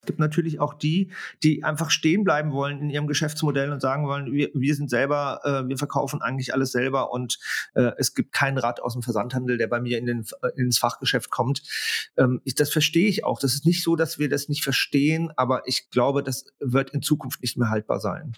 Es gibt natürlich auch die einfach stehen bleiben wollen in ihrem Geschäftsmodell und sagen wollen, wir sind selber, wir verkaufen eigentlich alles selber und es gibt keinen Rat aus dem Versandhandel, der bei mir ins Fachgeschäft kommt. Das verstehe ich auch. Das ist nicht so, dass wir das nicht verstehen, aber ich glaube, das wird in Zukunft nicht mehr haltbar sein.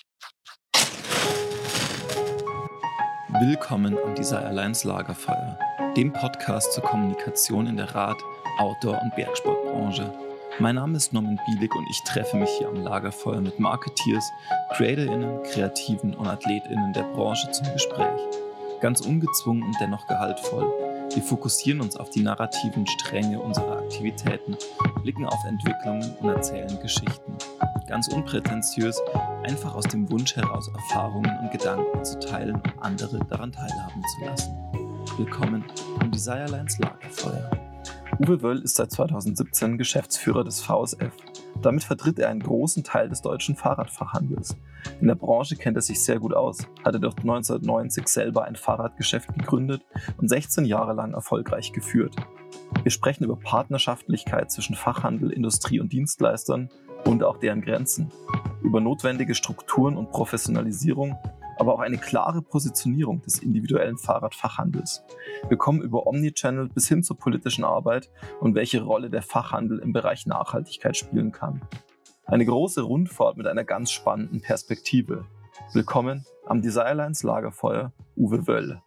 Willkommen am Desire Alliance Lagerfeuer, dem Podcast zur Kommunikation in der Rad-, Outdoor- und Bergsportbranche. Mein Name ist Norman Bielik und ich treffe mich hier am Lagerfeuer mit Marketeers, CreatorInnen, Kreativen und AthletInnen der Branche zum Gespräch. Ganz ungezwungen und dennoch gehaltvoll. Wir fokussieren uns auf die narrativen Stränge unserer Aktivitäten, blicken auf Entwicklungen und erzählen Geschichten. Ganz unprätentiös, einfach aus dem Wunsch heraus Erfahrungen und Gedanken zu teilen und andere daran teilhaben zu lassen. Willkommen am Desire Alliance Lagerfeuer. Uwe Wöll ist seit 2017 Geschäftsführer des VSF. Damit vertritt er einen großen Teil des deutschen Fahrradfachhandels. In der Branche kennt er sich sehr gut aus, hatte dort 1990 selber ein Fahrradgeschäft gegründet und 16 Jahre lang erfolgreich geführt. Wir sprechen über Partnerschaftlichkeit zwischen Fachhandel, Industrie und Dienstleistern und auch deren Grenzen, über notwendige Strukturen und Professionalisierung, aber auch eine klare Positionierung des individuellen Fahrradfachhandels. Wir kommen über Omnichannel bis hin zur politischen Arbeit und welche Rolle der Fachhandel im Bereich Nachhaltigkeit spielen kann. Eine große Rundfahrt mit einer ganz spannenden Perspektive. Willkommen am Desire Alliance Lagerfeuer, Uwe Wöll.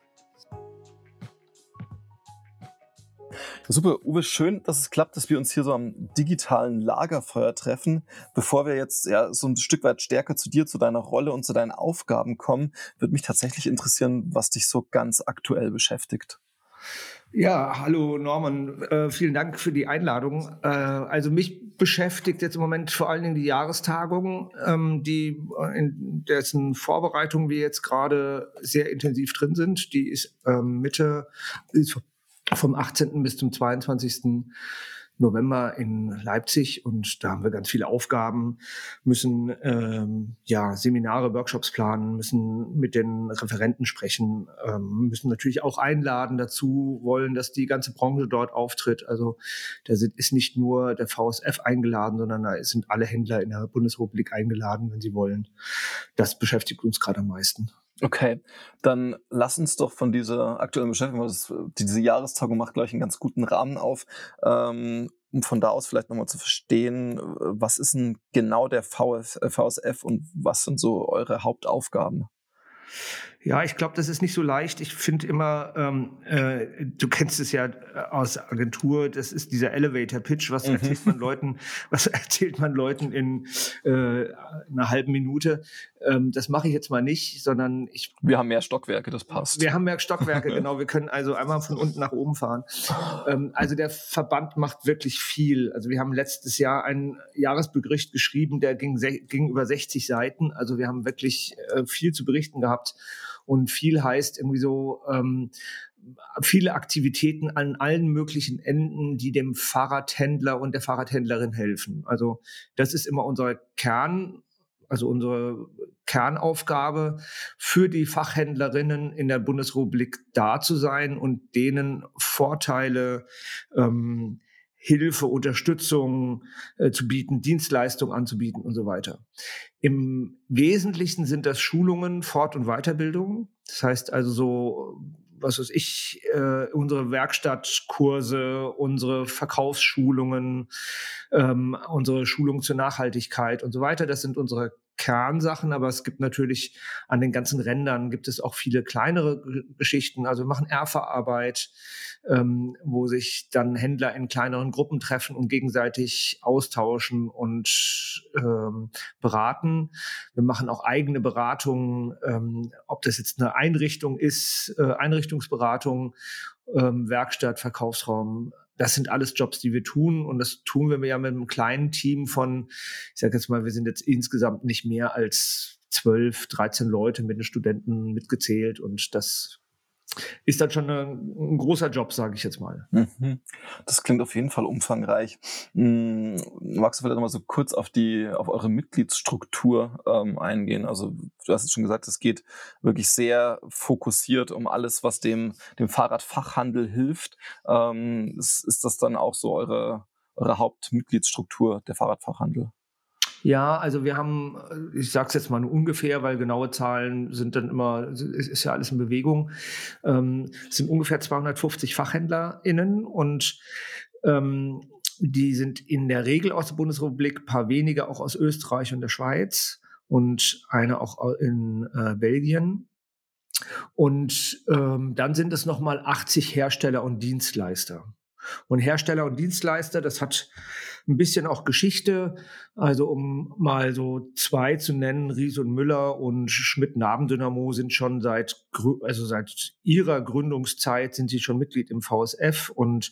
Super, Uwe, schön, dass es klappt, dass wir uns hier so am digitalen Lagerfeuer treffen. Bevor wir jetzt so ein Stück weit stärker zu dir, zu deiner Rolle und zu deinen Aufgaben kommen, würde mich tatsächlich interessieren, was dich so ganz aktuell beschäftigt. Ja, hallo Norman, vielen Dank für die Einladung. Also mich beschäftigt jetzt im Moment vor allen Dingen die Jahrestagung, in dessen Vorbereitung wir jetzt gerade sehr intensiv drin sind. Die ist ist vom 18. bis zum 22. November in Leipzig und da haben wir ganz viele Aufgaben, müssen Seminare, Workshops planen, müssen mit den Referenten sprechen, müssen natürlich auch einladen dazu, wollen, dass die ganze Branche dort auftritt. Also da ist nicht nur der VSF eingeladen, sondern da sind alle Händler in der Bundesrepublik eingeladen, wenn sie wollen. Das beschäftigt uns gerade am meisten. Okay, dann lass uns doch von dieser aktuellen Beschäftigung, diese Jahrestagung macht, glaube ich, einen ganz guten Rahmen auf, um von da aus vielleicht nochmal zu verstehen, was ist denn genau der VSF und was sind so eure Hauptaufgaben? Ja, ich glaube, das ist nicht so leicht. Ich finde immer, du kennst es ja aus der Agentur, das ist dieser Elevator Pitch. Was erzählt man Leuten in einer halben Minute? Das mache ich jetzt mal nicht, sondern wir haben mehr Stockwerke, das passt. Wir haben mehr Stockwerke, genau. Wir können also einmal von unten nach oben fahren. Also der Verband macht wirklich viel. Also wir haben letztes Jahr einen Jahresbericht geschrieben, der ging über 60 Seiten. Also wir haben wirklich viel zu berichten gehabt. Und viel heißt irgendwie so viele Aktivitäten an allen möglichen Enden, die dem Fahrradhändler und der Fahrradhändlerin helfen. Also das ist immer unsere Kernaufgabe, für die Fachhändlerinnen in der Bundesrepublik da zu sein und denen Vorteile, Hilfe, Unterstützung zu bieten, Dienstleistungen anzubieten und so weiter. Im Wesentlichen sind das Schulungen, Fort- und Weiterbildung. Das heißt also so, was weiß ich, unsere Werkstattkurse, unsere Verkaufsschulungen, unsere Schulung zur Nachhaltigkeit und so weiter. Das sind unsere Kernsachen, aber es gibt natürlich an den ganzen Rändern gibt es auch viele kleinere Geschichten. Also wir machen Erfahrarbeit, wo sich dann Händler in kleineren Gruppen treffen und gegenseitig austauschen und beraten. Wir machen auch eigene Beratungen, ob das jetzt eine Einrichtung ist, Einrichtungsberatung, Werkstatt, Verkaufsraum. Das sind alles Jobs, die wir tun. Und das tun wir ja mit einem kleinen Team von, ich sage jetzt mal, wir sind jetzt insgesamt nicht mehr als 12, 13 Leute mit den Studenten mitgezählt. Und das ist dann schon ein großer Job, sage ich jetzt mal. Das klingt auf jeden Fall umfangreich. Magst du vielleicht noch mal so kurz auf eure Mitgliedsstruktur eingehen? Also du hast es schon gesagt, es geht wirklich sehr fokussiert um alles, was dem Fahrradfachhandel hilft. Ist das dann auch so eure eure Hauptmitgliedsstruktur, der Fahrradfachhandel? Ja, also wir haben, ich sage es jetzt mal nur ungefähr, weil genaue Zahlen sind dann immer, ist ja alles in Bewegung, es sind ungefähr 250 FachhändlerInnen und die sind in der Regel aus der Bundesrepublik, ein paar wenige auch aus Österreich und der Schweiz und eine auch in Belgien. Und dann sind es nochmal 80 Hersteller und Dienstleister. Und Hersteller und Dienstleister, das hat ein bisschen auch Geschichte. Also um mal so zwei zu nennen, Ries und Müller und Schmidt-Nabendynamo sind schon seit ihrer Gründungszeit sind sie schon Mitglied im VSF und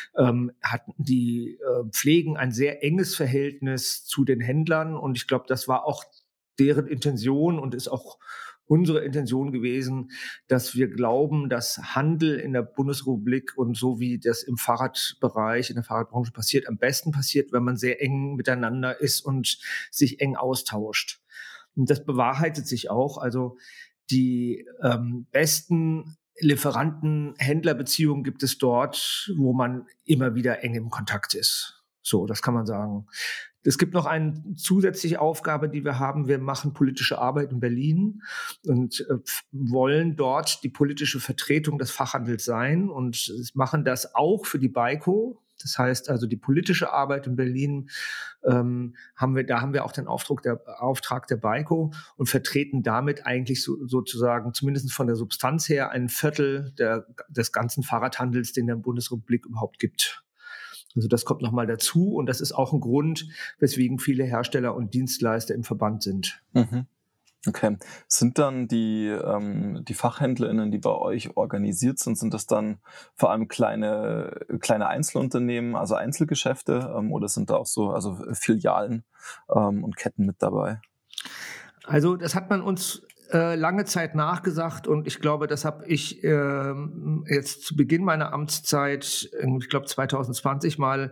pflegen ein sehr enges Verhältnis zu den Händlern. Und ich glaube, das war auch deren Intention und ist auch unsere Intention gewesen, dass wir glauben, dass Handel in der Bundesrepublik und so wie das im Fahrradbereich, in der Fahrradbranche passiert, am besten passiert, wenn man sehr eng miteinander ist und sich eng austauscht. Und das bewahrheitet sich auch. Also die besten Lieferanten-Händler-Beziehungen gibt es dort, wo man immer wieder eng im Kontakt ist. So, das kann man sagen. Es gibt noch eine zusätzliche Aufgabe, die wir haben. Wir machen politische Arbeit in Berlin und wollen dort die politische Vertretung des Fachhandels sein und machen das auch für die BAIKO. Das heißt also die politische Arbeit in Berlin haben wir auch den Auftrag der BAIKO und vertreten damit eigentlich sozusagen zumindest von der Substanz her ein Viertel des ganzen Fahrradhandels, den der Bundesrepublik überhaupt gibt. Also das kommt nochmal dazu und das ist auch ein Grund, weswegen viele Hersteller und Dienstleister im Verband sind. Mhm. Okay. Sind dann die FachhändlerInnen, die bei euch organisiert sind das dann vor allem kleine Einzelunternehmen, also Einzelgeschäfte, oder sind da auch so Filialen und Ketten mit dabei? Also das hat man uns lange Zeit nachgesagt und ich glaube, das habe ich jetzt zu Beginn meiner Amtszeit, ich glaube 2020 mal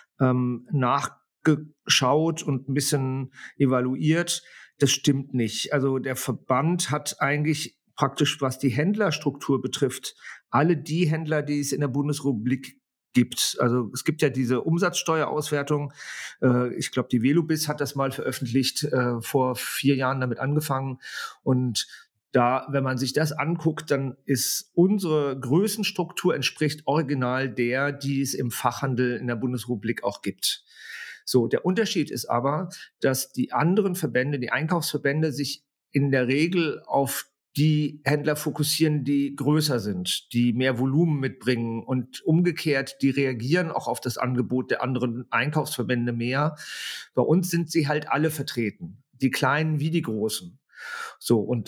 nachgeschaut und ein bisschen evaluiert. Das stimmt nicht. Also der Verband hat eigentlich praktisch, was die Händlerstruktur betrifft, alle die Händler, die es in der Bundesrepublik gibt. Also es gibt ja diese Umsatzsteuerauswertung. Ich glaube, die Velubis hat das mal veröffentlicht, vor 4 Jahren damit angefangen. Und da, wenn man sich das anguckt, dann ist unsere Größenstruktur entspricht original der, die es im Fachhandel in der Bundesrepublik auch gibt. So, der Unterschied ist aber, dass die anderen Verbände, die Einkaufsverbände, sich in der Regel auf die Händler fokussieren, die größer sind, die mehr Volumen mitbringen und umgekehrt, die reagieren auch auf das Angebot der anderen Einkaufsverbände mehr. Bei uns sind sie halt alle vertreten, die Kleinen wie die Großen. So, und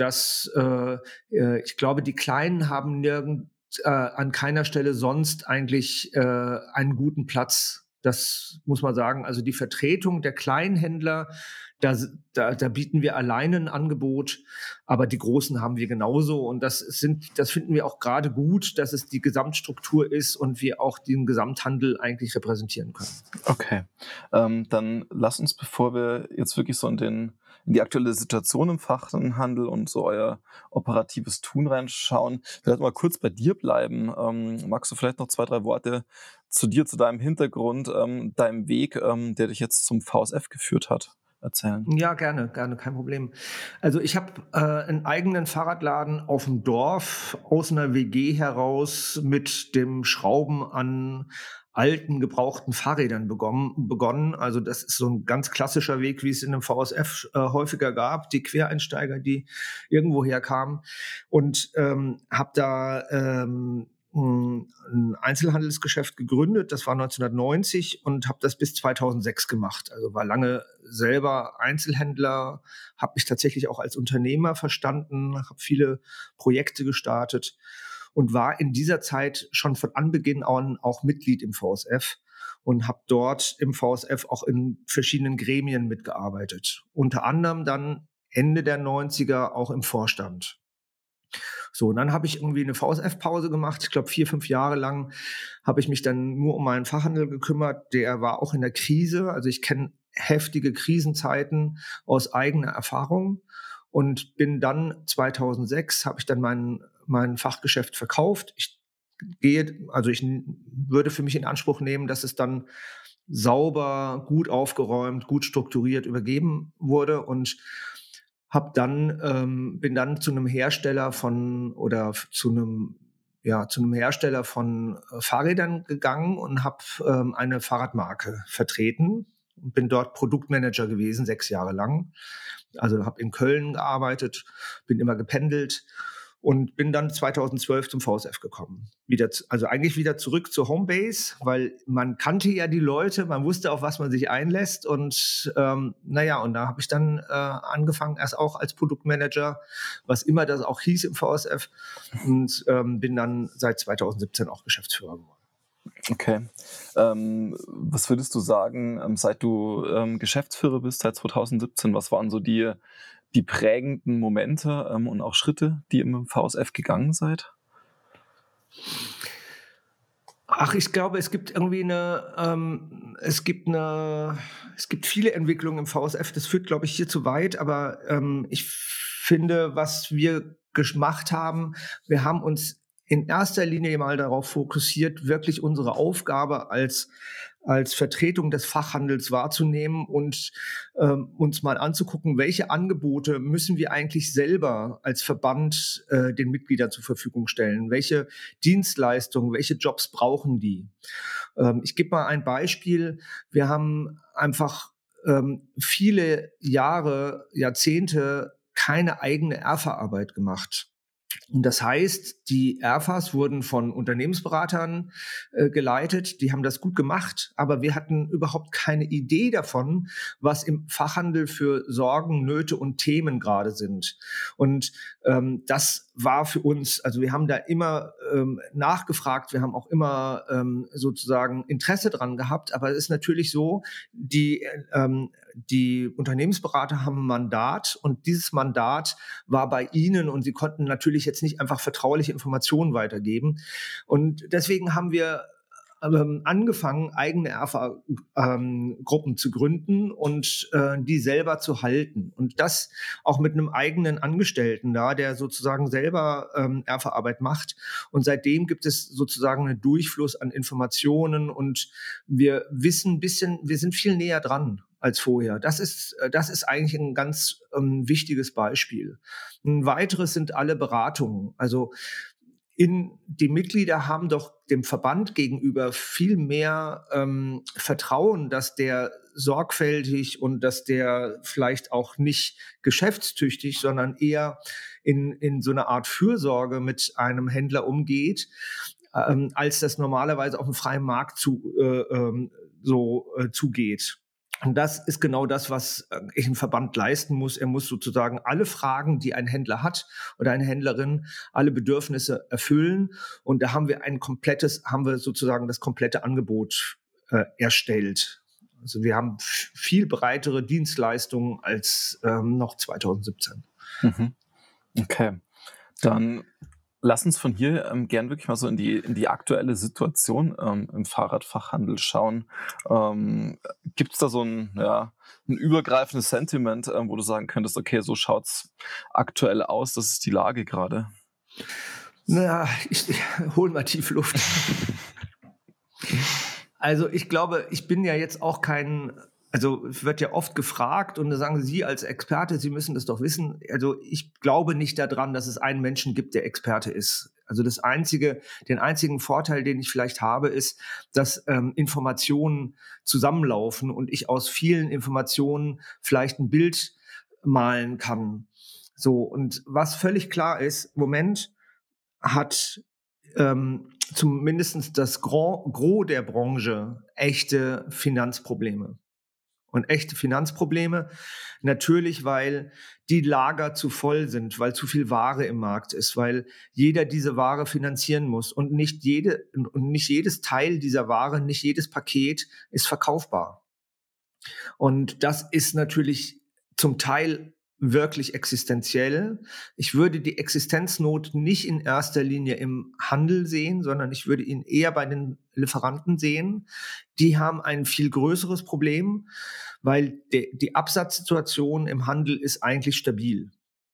ich glaube, die Kleinen haben an keiner Stelle sonst eigentlich einen guten Platz. Das muss man sagen. Also die Vertretung der Kleinhändler, da bieten wir alleine ein Angebot, aber die Großen haben wir genauso. Und das finden wir auch gerade gut, dass es die Gesamtstruktur ist und wir auch den Gesamthandel eigentlich repräsentieren können. Okay, dann lass uns, bevor wir jetzt wirklich so in die aktuelle Situation im Fachhandel und so euer operatives Tun reinschauen, vielleicht mal kurz bei dir bleiben. Magst du vielleicht noch 2, 3 Worte zu dir, zu deinem Hintergrund, deinem Weg, der dich jetzt zum VSF geführt hat, erzählen? Ja, gerne, kein Problem. Also ich habe einen eigenen Fahrradladen auf dem Dorf aus einer WG heraus mit dem Schrauben an alten, gebrauchten Fahrrädern begonnen. Also das ist so ein ganz klassischer Weg, wie es in dem VSF häufiger gab, die Quereinsteiger, die irgendwo herkamen. Und habe da ein Einzelhandelsgeschäft gegründet. Das war 1990 und habe das bis 2006 gemacht. Also war lange selber Einzelhändler, habe mich tatsächlich auch als Unternehmer verstanden, habe viele Projekte gestartet und war in dieser Zeit schon von Anbeginn an auch Mitglied im VSF und habe dort im VSF auch in verschiedenen Gremien mitgearbeitet. Unter anderem dann Ende der 90er auch im Vorstand. So, und dann habe ich irgendwie eine VSF-Pause gemacht. Ich glaube, 4, 5 Jahre lang habe ich mich dann nur um meinen Fachhandel gekümmert. Der war auch in der Krise. Also ich kenne heftige Krisenzeiten aus eigener Erfahrung und bin dann 2006 habe ich dann mein Fachgeschäft verkauft. Ich würde für mich in Anspruch nehmen, dass es dann sauber, gut aufgeräumt, gut strukturiert übergeben wurde und bin dann zu einem Hersteller zu einem Hersteller von Fahrrädern gegangen und habe eine Fahrradmarke vertreten und bin dort Produktmanager gewesen, 6 Jahre lang. Also habe in Köln gearbeitet, bin immer gependelt und bin dann 2012 zum VSF gekommen. Also eigentlich wieder zurück zur Homebase, weil man kannte ja die Leute, man wusste, auf was man sich einlässt. Und und da habe ich dann angefangen, erst auch als Produktmanager, was immer das auch hieß im VSF, und bin dann seit 2017 auch Geschäftsführer geworden. Okay. Was würdest du sagen, seit du Geschäftsführer bist, seit 2017, was waren so die prägenden Momente und auch Schritte, die ihr im VSF gegangen seid? Ach, ich glaube, es gibt viele Entwicklungen im VSF. Das führt, glaube ich, hier zu weit. Aber ich finde, was wir gemacht haben, wir haben uns in erster Linie mal darauf fokussiert, wirklich unsere Aufgabe als Vertretung des Fachhandels wahrzunehmen und uns mal anzugucken, welche Angebote müssen wir eigentlich selber als Verband den Mitgliedern zur Verfügung stellen? Welche Dienstleistungen, welche Jobs brauchen die? Ich gebe mal ein Beispiel. Wir haben einfach viele Jahre, Jahrzehnte keine eigene Erfa-Arbeit gemacht. Und das heißt, die Erfas wurden von Unternehmensberatern geleitet, die haben das gut gemacht, aber wir hatten überhaupt keine Idee davon, was im Fachhandel für Sorgen, Nöte und Themen gerade sind. Und das war für uns, also wir haben da immer nachgefragt, wir haben auch immer sozusagen Interesse dran gehabt, aber es ist natürlich so, die Unternehmensberater haben ein Mandat und dieses Mandat war bei ihnen und sie konnten natürlich jetzt nicht einfach vertrauliche Informationen weitergeben. Und deswegen haben wir angefangen, eigene Erfa-Gruppen zu gründen und die selber zu halten. Und das auch mit einem eigenen Angestellten da, der sozusagen selber Erfa-Arbeit macht. Und seitdem gibt es sozusagen einen Durchfluss an Informationen und wir sind viel näher dran als vorher. Das ist eigentlich ein ganz wichtiges Beispiel. Ein weiteres sind alle Beratungen. Also die Mitglieder haben doch dem Verband gegenüber viel mehr Vertrauen, dass der sorgfältig und dass der vielleicht auch nicht geschäftstüchtig, sondern eher in so einer Art Fürsorge mit einem Händler umgeht, als das normalerweise auf dem freien Markt zugeht. Und das ist genau das, was ein Verband leisten muss. Er muss sozusagen alle Fragen, die ein Händler hat oder eine Händlerin, alle Bedürfnisse erfüllen. Und da haben wir sozusagen das komplette Angebot erstellt. Also wir haben viel breitere Dienstleistungen als noch 2017. Mhm. Okay, dann lass uns von hier gern wirklich mal so in die aktuelle Situation im Fahrradfachhandel schauen. Gibt es da so ein übergreifendes Sentiment, wo du sagen könntest, okay, so schaut's aktuell aus, das ist die Lage gerade? Na, ich hol mal tief Luft. Also ich glaube, ich bin ja jetzt auch also es wird ja oft gefragt und da sagen Sie als Experte, Sie müssen das doch wissen. Also ich glaube nicht daran, dass es einen Menschen gibt, der Experte ist. Also den einzigen Vorteil, den ich vielleicht habe, ist, dass Informationen zusammenlaufen und ich aus vielen Informationen vielleicht ein Bild malen kann. So, und was völlig klar ist, im Moment hat zumindest das Gros der Branche echte Finanzprobleme. Und echte Finanzprobleme natürlich, weil die Lager zu voll sind, weil zu viel Ware im Markt ist, weil jeder diese Ware finanzieren muss und nicht jedes Teil dieser Ware, nicht jedes Paket ist verkaufbar. Und das ist natürlich zum Teil wirklich existenziell. Ich würde die Existenznot nicht in erster Linie im Handel sehen, sondern ich würde ihn eher bei den Lieferanten sehen. Die haben ein viel größeres Problem, weil die Absatzsituation im Handel ist eigentlich stabil.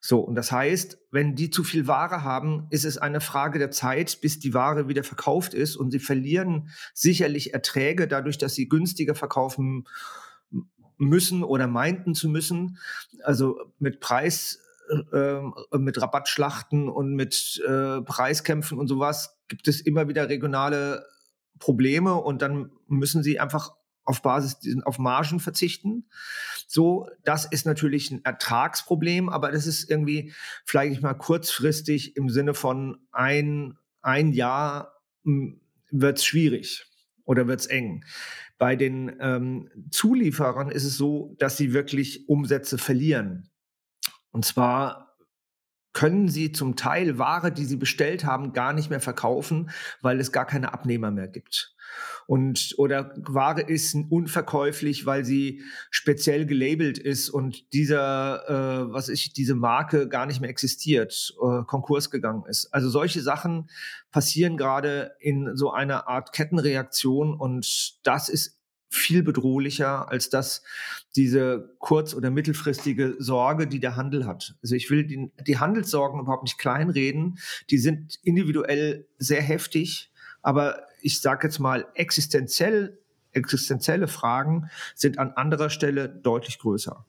So, und das heißt, wenn die zu viel Ware haben, ist es eine Frage der Zeit, bis die Ware wieder verkauft ist, und sie verlieren sicherlich Erträge dadurch, dass sie günstiger verkaufen müssen oder meinten zu müssen. Also mit mit Rabattschlachten und mit Preiskämpfen und sowas gibt es immer wieder regionale Probleme, und dann müssen sie einfach auf Margen verzichten. So, das ist natürlich ein Ertragsproblem, aber das ist irgendwie, vielleicht mal kurzfristig im Sinne von ein Jahr wird es schwierig oder wird es eng. Bei den Zulieferern ist es so, dass sie wirklich Umsätze verlieren. Und zwar können sie zum Teil Ware, die sie bestellt haben, gar nicht mehr verkaufen, weil es gar keine Abnehmer mehr gibt. Oder Ware ist unverkäuflich, weil sie speziell gelabelt ist und diese Marke gar nicht mehr existiert, Konkurs gegangen ist. Also solche Sachen passieren gerade in so einer Art Kettenreaktion, und das ist viel bedrohlicher als diese kurz- oder mittelfristige Sorge, die der Handel hat. Also ich will die Handelssorgen überhaupt nicht kleinreden. Die sind individuell sehr heftig, aber ich sage jetzt mal, existenzielle Fragen sind an anderer Stelle deutlich größer.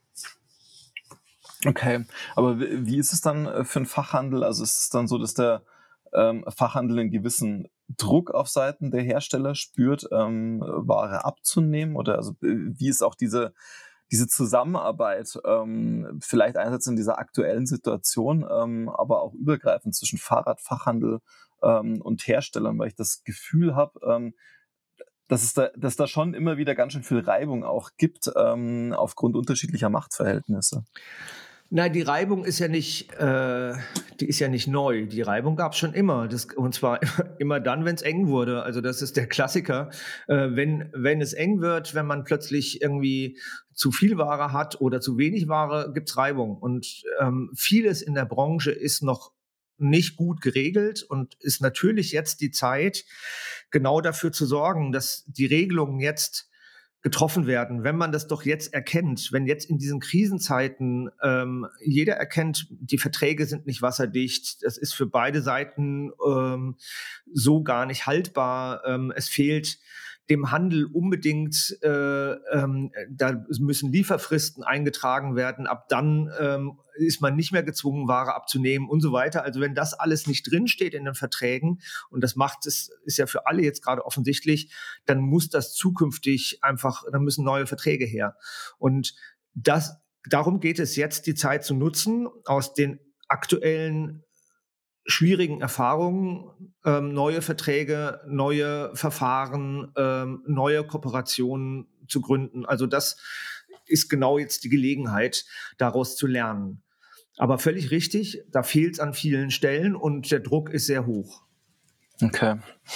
Okay, aber wie ist es dann für einen Fachhandel? Also ist es dann so, dass der Fachhandel einen gewissen Druck auf Seiten der Hersteller spürt, Ware abzunehmen? Oder also wie ist auch diese Zusammenarbeit, vielleicht einerseits in dieser aktuellen Situation, aber auch übergreifend zwischen Fahrradfachhandel und Herstellern, weil ich das Gefühl habe, dass da schon immer wieder ganz schön viel Reibung auch gibt, aufgrund unterschiedlicher Machtverhältnisse. Nein, die Reibung ist ja nicht, die ist ja nicht neu. Die Reibung gab es schon immer. Und zwar immer dann, wenn es eng wurde. Also das ist der Klassiker. Wenn es eng wird, wenn man plötzlich irgendwie zu viel Ware hat oder zu wenig Ware, gibt's Reibung. Und vieles in der Branche ist noch nicht gut geregelt, und ist natürlich jetzt die Zeit, genau dafür zu sorgen, dass die Regelungen jetzt getroffen werden, wenn man das doch jetzt erkennt, wenn jetzt in diesen Krisenzeiten jeder erkennt, die Verträge sind nicht wasserdicht, das ist für beide Seiten so gar nicht haltbar, es fehlt dem Handel unbedingt, da müssen Lieferfristen eingetragen werden, ab dann ist man nicht mehr gezwungen, Ware abzunehmen und so weiter. Also wenn das alles nicht drinsteht in den Verträgen, und das ist ja für alle jetzt gerade offensichtlich, dann muss das zukünftig dann müssen neue Verträge her. Und darum geht es jetzt, die Zeit zu nutzen, aus den aktuellen schwierigen Erfahrungen, neue Verträge, neue Verfahren, neue Kooperationen zu gründen. Also das ist genau jetzt die Gelegenheit, daraus zu lernen. Aber völlig richtig, da fehlt es an vielen Stellen und der Druck ist sehr hoch. Okay.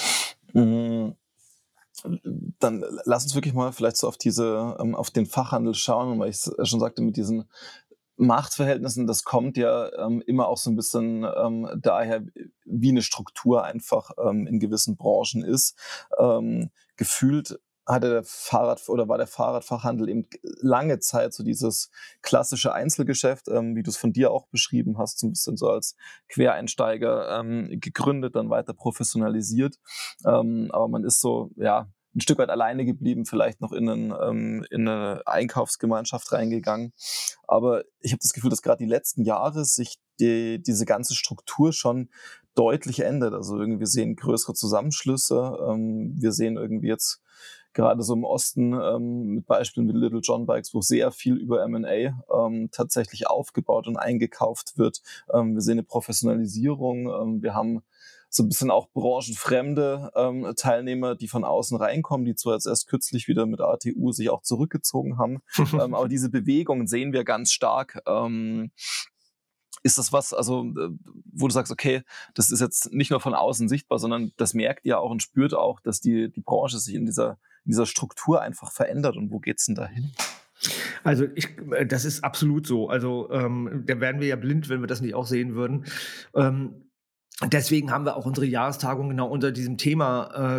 Dann lass uns wirklich mal vielleicht so auf den Fachhandel schauen, weil ich schon sagte, mit diesen Machtverhältnissen, das kommt ja immer auch so ein bisschen daher, wie eine Struktur einfach in gewissen Branchen ist. Gefühlt war der Fahrradfachhandel eben lange Zeit so dieses klassische Einzelgeschäft, wie du es von dir auch beschrieben hast, so ein bisschen so als Quereinsteiger gegründet, dann weiter professionalisiert. Aber man ist so, ja, ein Stück weit alleine geblieben, vielleicht noch in eine Einkaufsgemeinschaft reingegangen. Aber ich habe das Gefühl, dass gerade die letzten Jahre sich diese ganze Struktur schon deutlich ändert. Also irgendwie, wir sehen größere Zusammenschlüsse. Wir sehen irgendwie jetzt gerade so im Osten mit Beispielen wie Little John Bikes, wo sehr viel über M&A tatsächlich aufgebaut und eingekauft wird. Wir sehen eine Professionalisierung. Wir haben so ein bisschen auch branchenfremde Teilnehmer, die von außen reinkommen, die zwar jetzt erst kürzlich wieder mit ATU sich auch zurückgezogen haben, aber diese Bewegung sehen wir ganz stark. Ist das was, also wo du sagst, okay, das ist jetzt nicht nur von außen sichtbar, sondern das merkt ihr auch und spürt auch, dass die Branche sich in dieser Struktur einfach verändert, und wo geht's denn dahin? Also das ist absolut so. Also da wären wir ja blind, wenn wir das nicht auch sehen würden. Deswegen haben wir auch unsere Jahrestagung genau unter diesem Thema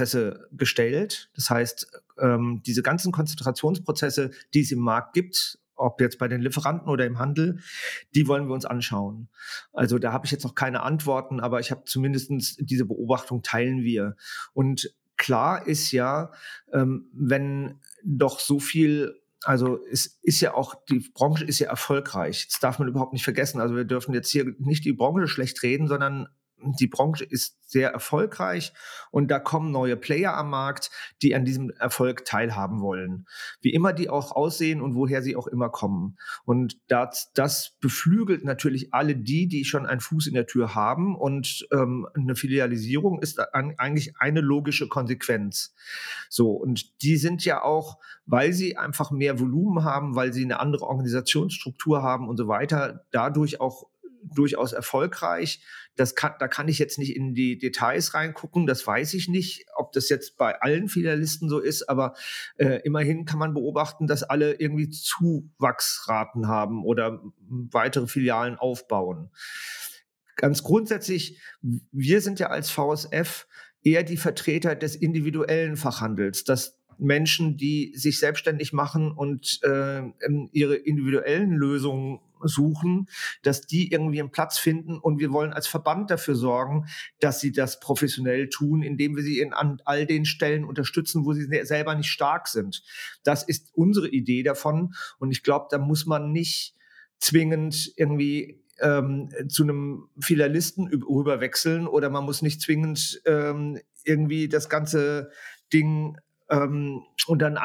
Konzentrationsprozesse gestellt. Das heißt, diese ganzen Konzentrationsprozesse, die es im Markt gibt, ob jetzt bei den Lieferanten oder im Handel, die wollen wir uns anschauen. Also da habe ich jetzt noch keine Antworten, aber ich habe zumindestens diese Beobachtung teilen wir. Und klar ist ja, wenn doch so viel, also es ist ja auch, die Branche ist ja erfolgreich. Das darf man überhaupt nicht vergessen. Also wir dürfen jetzt hier nicht die Branche schlecht reden, sondern die Branche ist sehr erfolgreich und da kommen neue Player am Markt, die an diesem Erfolg teilhaben wollen. Wie immer die auch aussehen und woher sie auch immer kommen. Und das beflügelt natürlich alle die schon einen Fuß in der Tür haben und eine Filialisierung ist eigentlich eine logische Konsequenz. So, und die sind ja auch, weil sie einfach mehr Volumen haben, weil sie eine andere Organisationsstruktur haben und so weiter, dadurch auch durchaus erfolgreich. Da kann ich jetzt nicht in die Details reingucken, das weiß ich nicht, ob das jetzt bei allen Filialisten so ist, aber immerhin kann man beobachten, dass alle irgendwie Zuwachsraten haben oder weitere Filialen aufbauen. Ganz grundsätzlich, wir sind ja als VSF eher die Vertreter des individuellen Fachhandels, dass Menschen, die sich selbstständig machen und ihre individuellen Lösungen suchen, dass die irgendwie einen Platz finden und wir wollen als Verband dafür sorgen, dass sie das professionell tun, indem wir sie an all den Stellen unterstützen, wo sie selber nicht stark sind. Das ist unsere Idee davon und ich glaube, da muss man nicht zwingend irgendwie zu einem Filialisten rüberwechseln oder man muss nicht zwingend irgendwie das ganze Ding unter ein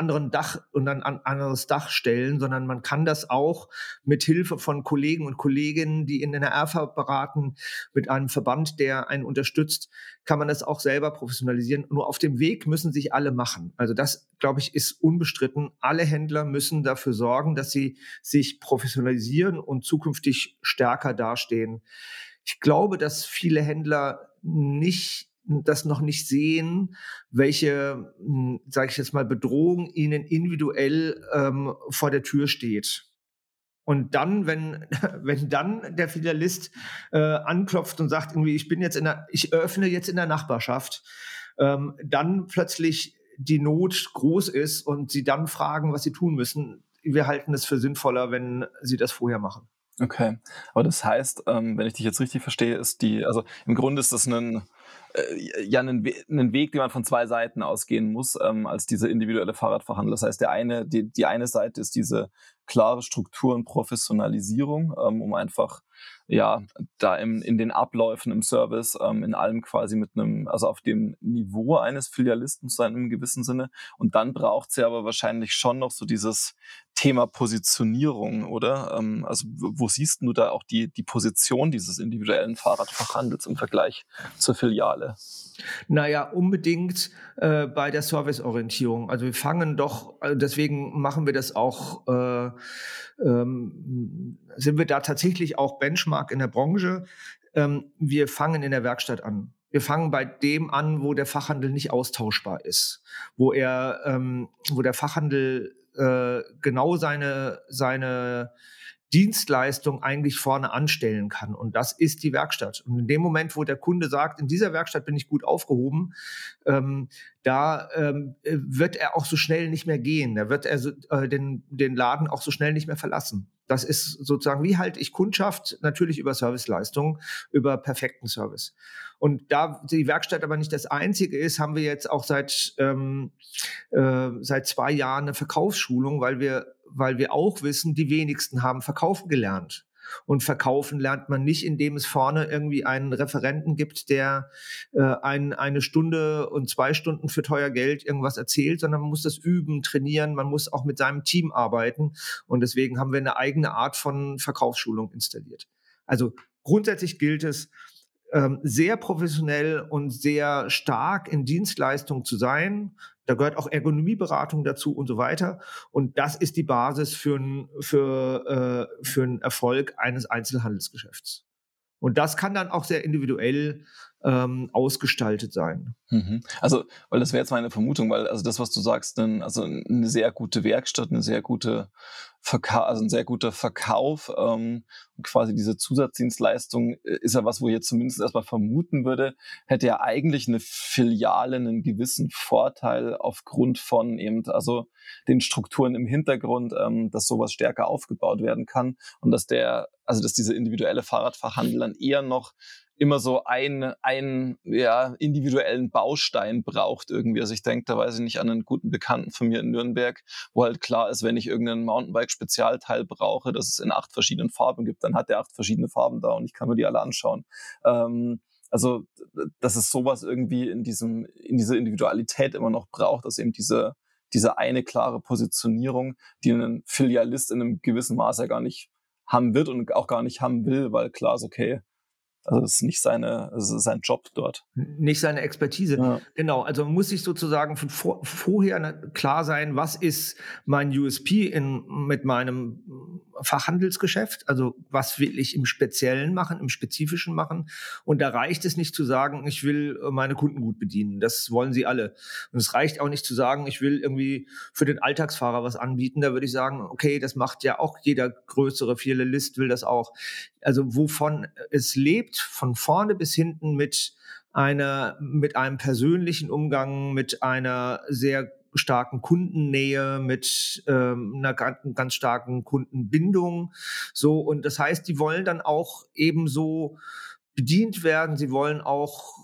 anderes Dach stellen, sondern man kann das auch mit Hilfe von Kollegen und Kolleginnen, die in einer RV beraten, mit einem Verband, der einen unterstützt, kann man das auch selber professionalisieren. Nur auf dem Weg müssen sich alle machen. Also das, glaube ich, ist unbestritten. Alle Händler müssen dafür sorgen, dass sie sich professionalisieren und zukünftig stärker dastehen. Ich glaube, dass viele Händler das noch nicht sehen, welche, sage ich jetzt mal, Bedrohung ihnen individuell vor der Tür steht. Und dann, wenn dann der Filialist anklopft und sagt, irgendwie, ich eröffne jetzt in der Nachbarschaft, dann plötzlich die Not groß ist und sie dann fragen, was sie tun müssen. Wir halten es für sinnvoller, wenn sie das vorher machen. Okay, aber das heißt, wenn ich dich jetzt richtig verstehe, also im Grunde ist das ein Weg, den man von zwei Seiten ausgehen muss, als diese individuelle Fahrradverhandler. Das heißt, die eine Seite ist diese klare Struktur und Professionalisierung, um einfach da in den Abläufen im Service, in allem quasi also auf dem Niveau eines Filialisten zu sein im gewissen Sinne. Und dann braucht es ja aber wahrscheinlich schon noch so dieses Thema Positionierung, oder? Also wo siehst du da auch die Position dieses individuellen Fahrradfachhandels im Vergleich zur Filiale? Naja, unbedingt bei der Serviceorientierung. Also wir fangen doch, deswegen machen wir das auch, sind wir da tatsächlich auch Benchmark in der Branche. Wir fangen in der Werkstatt an. Wir fangen bei dem an, wo der Fachhandel nicht austauschbar ist, wo der Fachhandel genau seine Dienstleistung eigentlich vorne anstellen kann. Und das ist die Werkstatt. Und in dem Moment, wo der Kunde sagt, in dieser Werkstatt bin ich gut aufgehoben, wird er auch so schnell nicht mehr gehen. Da wird er den Laden auch so schnell nicht mehr verlassen. Das ist sozusagen, wie halte ich Kundschaft? Natürlich über Serviceleistung, über perfekten Service. Und da die Werkstatt aber nicht das Einzige ist, haben wir jetzt auch seit 2 Jahren eine Verkaufsschulung, weil wir auch wissen, die wenigsten haben Verkaufen gelernt. Und verkaufen lernt man nicht, indem es vorne irgendwie einen Referenten gibt, der eine Stunde und 2 Stunden für teuer Geld irgendwas erzählt, sondern man muss das üben, trainieren, man muss auch mit seinem Team arbeiten. Und deswegen haben wir eine eigene Art von Verkaufsschulung installiert. Also grundsätzlich gilt es, sehr professionell und sehr stark in Dienstleistung zu sein. Da gehört auch Ergonomieberatung dazu und so weiter. Und das ist die Basis für einen Erfolg eines Einzelhandelsgeschäfts. Und das kann dann auch sehr individuell ausgestaltet sein. Also, weil das wäre jetzt meine Vermutung, weil also das, was du sagst, also eine sehr gute Werkstatt, eine sehr gute ein sehr guter Verkauf, und quasi diese Zusatzdienstleistung ist ja was, wo ich jetzt zumindest erstmal vermuten würde, hätte ja eigentlich eine Filiale einen gewissen Vorteil aufgrund von eben also den Strukturen im Hintergrund, dass sowas stärker aufgebaut werden kann und dass dass dieser individuelle Fahrradfachhandel dann eher noch immer so einen individuellen Baustein braucht irgendwie. Also ich denke, da weiß ich nicht an einen guten Bekannten von mir in Nürnberg, wo halt klar ist, wenn ich irgendeinen Mountainbike-Spezialteil brauche, dass es in 8 verschiedenen Farben gibt, dann hat der 8 verschiedene Farben da und ich kann mir die alle anschauen. Also, dass es sowas irgendwie in dieser Individualität immer noch braucht, dass eben diese eine klare Positionierung, die ein Filialist in einem gewissen Maße ja gar nicht haben wird und auch gar nicht haben will, weil klar ist, okay, also es ist sein Job dort. Nicht seine Expertise. Ja. Genau, also muss sich sozusagen von vorher klar sein, was ist mein USP mit meinem Fachhandelsgeschäft, also was will ich im Speziellen machen, im Spezifischen machen. Und da reicht es nicht zu sagen, ich will meine Kunden gut bedienen. Das wollen sie alle. Und es reicht auch nicht zu sagen, ich will irgendwie für den Alltagsfahrer was anbieten. Da würde ich sagen, okay, das macht ja auch jeder größere Filialist, will das auch. Also wovon es lebt, von vorne bis hinten mit einem persönlichen Umgang, mit einer sehr starken Kundennähe, mit einer ganz starken Kundenbindung. So, und das heißt, die wollen dann auch ebenso bedient werden, sie wollen auch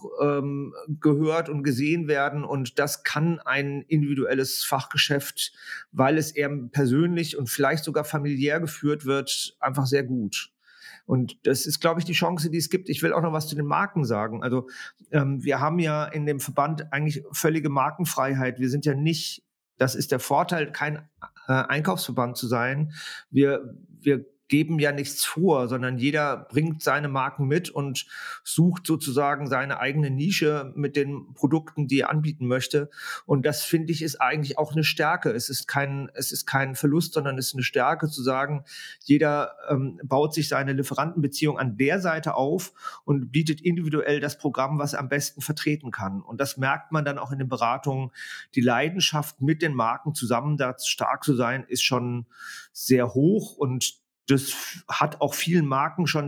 gehört und gesehen werden, und das kann ein individuelles Fachgeschäft, weil es eher persönlich und vielleicht sogar familiär geführt wird, einfach sehr gut. Und das ist, glaube ich, die Chance, die es gibt. Ich will auch noch was zu den Marken sagen. Also wir haben ja in dem Verband eigentlich völlige Markenfreiheit. Wir sind ja nicht, das ist der Vorteil, kein Einkaufsverband zu sein. Wir geben ja nichts vor, sondern jeder bringt seine Marken mit und sucht sozusagen seine eigene Nische mit den Produkten, die er anbieten möchte. Und das, finde ich, ist eigentlich auch eine Stärke. Es ist kein Verlust, sondern es ist eine Stärke zu sagen, jeder baut sich seine Lieferantenbeziehung an der Seite auf und bietet individuell das Programm, was er am besten vertreten kann. Und das merkt man dann auch in den Beratungen. Die Leidenschaft, mit den Marken zusammen da stark zu sein, ist schon sehr hoch, und das hat auch vielen Marken schon